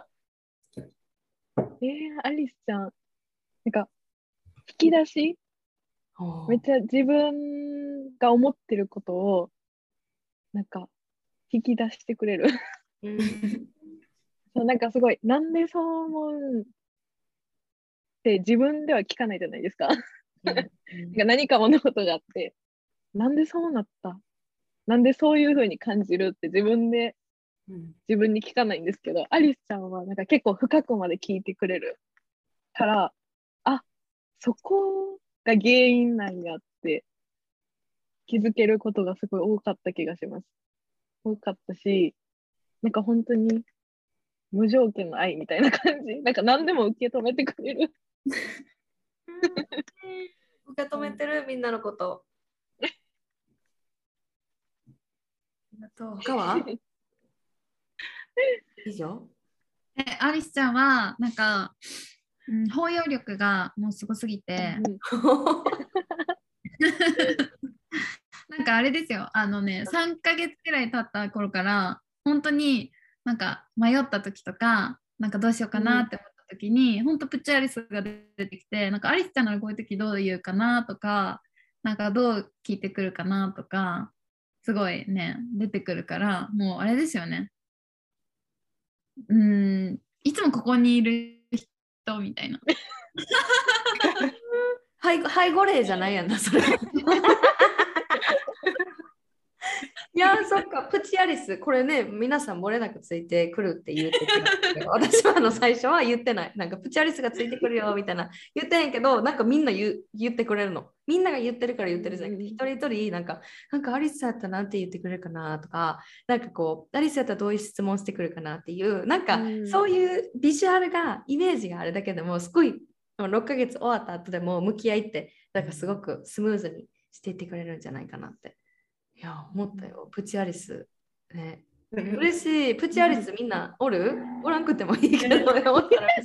アリスちゃん、なんか、引き出しめっちゃ自分が思ってることを、なんか、引き出してくれる。そうなんかすごい、なんでそう思うって自分では聞かないじゃないですか。なんか何か物事があって、なんでそうなったなんでそういう風に感じるって自分に聞かないんですけど、アリスちゃんはなんか結構深くまで聞いてくれるから、そこが原因なんやって気づけることがすごい多かった気がします。多かったし、なんか本当に無条件の愛みたいな感じ。なんか何でも受け止めてくれる。 受け止めてるみんなのこと。他は以上アリスちゃんはなんか、包容力がもうすごすぎてなんかあれですよ、3ヶ月くらい経った頃から本当になんか迷った時とかなんかどうしようかなって思った時に、本当プチアリスが出てきて、なんかアリスちゃんならこういう時どう言うかなとか、なんかどう聞いてくるかなとかすごいね出てくるから、もうあれですよね、いつもここにいる人みたいな。 背後霊じゃないやんなそれ。いやそっか、プチアリスこれね、皆さん漏れなくついてくるって言ってたけど、私は最初は言ってない。なんかプチアリスがついてくるよみたいな言ってんやけど、なんかみんな言ってくれるの。みんなが言ってるから言ってるじゃなくて、一人一人なんかアリスやったらなんて言ってくれるかなとか、なんかこうアリスやったらどういう質問してくるかなっていう、なんかそういうビジュアルがイメージがあるだけでもすごい6ヶ月終わった後でも向き合いってなんかすごくスムーズにしていってくれるんじゃないかなって。いや思ったよ、プチアリス。ね、嬉しい。プチアリスみんなおらんくてもいいけど、おったら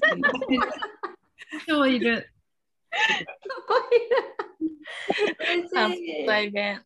超いる。 嬉しい。 代弁。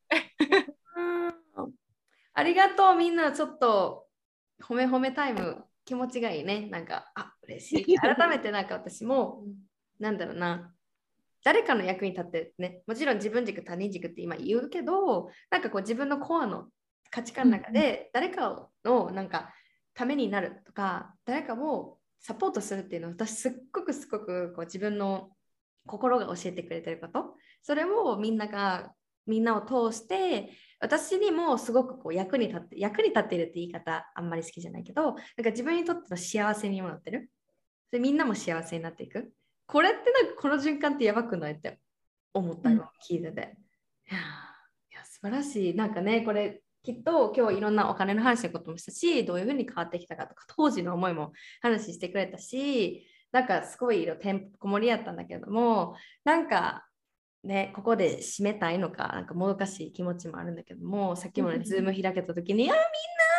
ありがとう、みんなちょっと褒めタイム気持ちがいいね。なんか嬉しい。改めてなんか私もなんだろうな。誰かの役に立ってね、もちろん自分軸他人軸って今言うけど、なんかこう自分のコアの価値観の中で誰かのなんかためになるとか、誰かをサポートするっていうのは私すっごくこう自分の心が教えてくれてること、それをみんなを通して私にもすごくこう役に立っているって言い方あんまり好きじゃないけど、なんか自分にとっての幸せにもなってる。でみんなも幸せになっていく。これってなんかこの循環ってやばくないって思ったよ、聞いてて。いや素晴らしい。なんかね、これきっと今日いろんなお金の話のこともしたし、どういうふうに変わってきたかとか、当時の思いも話してくれたし、なんかすごいてんこ盛りやったんだけども、なんかね、ここで締めたいのか、なんかもどかしい気持ちもあるんだけども、さっきもね、ズーム開けた時に、みんな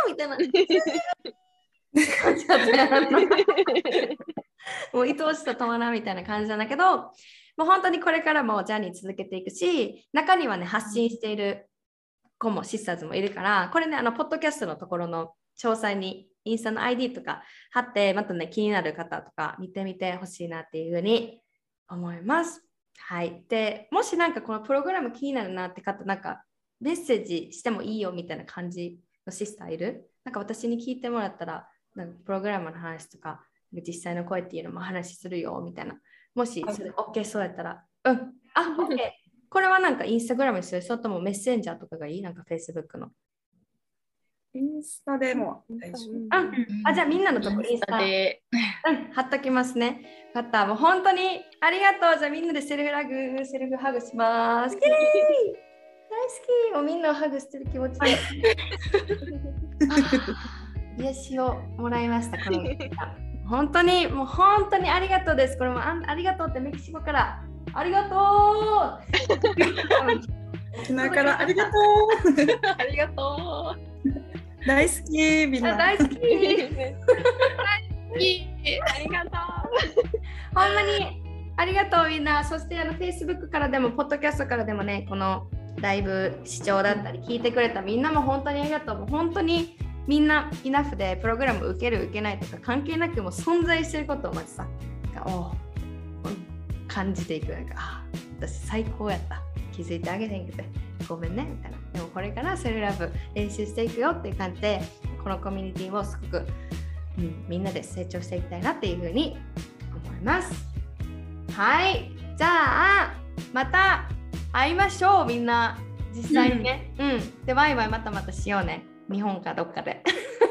みたいな。 感じだったよもう愛おしさ止まらんみたいな感じなんだけど、もう本当にこれからもジャーニー続けていくし、中にはね、発信している子もシスターズもいるから、これね、ポッドキャストのところの詳細にインスタの ID とか貼って、またね、気になる方とか見てみてほしいなっていうふうに思います。はい。で、もしなんかこのプログラム気になるなって方、なんかメッセージしてもいいよみたいな感じのシスターいる？なんか私に聞いてもらったら、なんかプログラムの話とか、実際の声っていうのも話するよみたいな。もしそれ OK そうやったら、OK。これはなんかインスタグラムにする？それともメッセンジャーとかがいい？なんか Facebook の。 インスタでも大丈夫。 じゃあみんなのとこインスタで、貼っときますね。よかった。もう本当にありがとう。じゃあみんなでセルフハグします。イエーイ！大好き。もうみんなをハグしてる気持ちで。癒しをもらいました。この本当にもう本当にありがとうです。これもありがとうってメキシコからありがとう。 沖縄からありがとう。 ありがとう。 大好きみんな。 大好き。 ありがとう。 ほんまにありがとうみんな。そしてFacebook からでもポッドキャストからでもね、このライブ視聴だったり聞いてくれたみんなも本当にありがとう。もう本当にみんなイナフでプログラム受ける受けないとか関係なくも存在してることをまずさ、感じていく。なんか私最高やった。気づいてあげてんけどごめんねみたいな。でもこれからセルラブ練習していくよっていう感じで、このコミュニティをすごく、みんなで成長していきたいなっていうふうに思います。はい、じゃあまた会いましょうみんな実際にね。でワイワイまたしようね。日本かどっかで。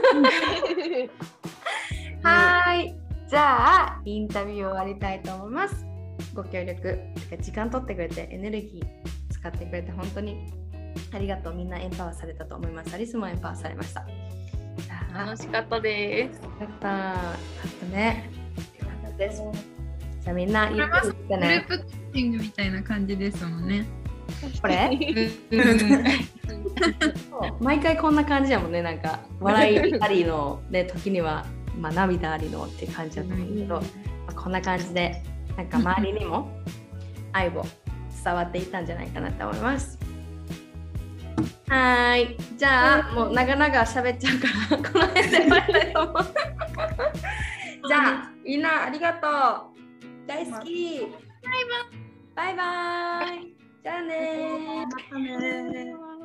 はい、じゃあインタビューを終わりたいと思います。ご協力、時間取ってくれてエネルギー使ってくれて本当にありがとう。みんなエンパワーされたと思います。アリスもエンパワーされました。 楽しかったです。 よかったね。よかったです。じゃあみんな言ってみてね。 グループコーチングみたいな感じですもんね。 これ毎回こんな感じやもんね。なんか笑いありの、ね、時には、涙ありのって感じだと思うけど、こんな感じでなんか周りにも愛を伝わっていったんじゃないかなと思います。はい、じゃあもう長々喋っちゃうからこの辺で終わりたいと思う。じゃあみんなありがとう。大好き。バイバイ。じゃあね。 またね。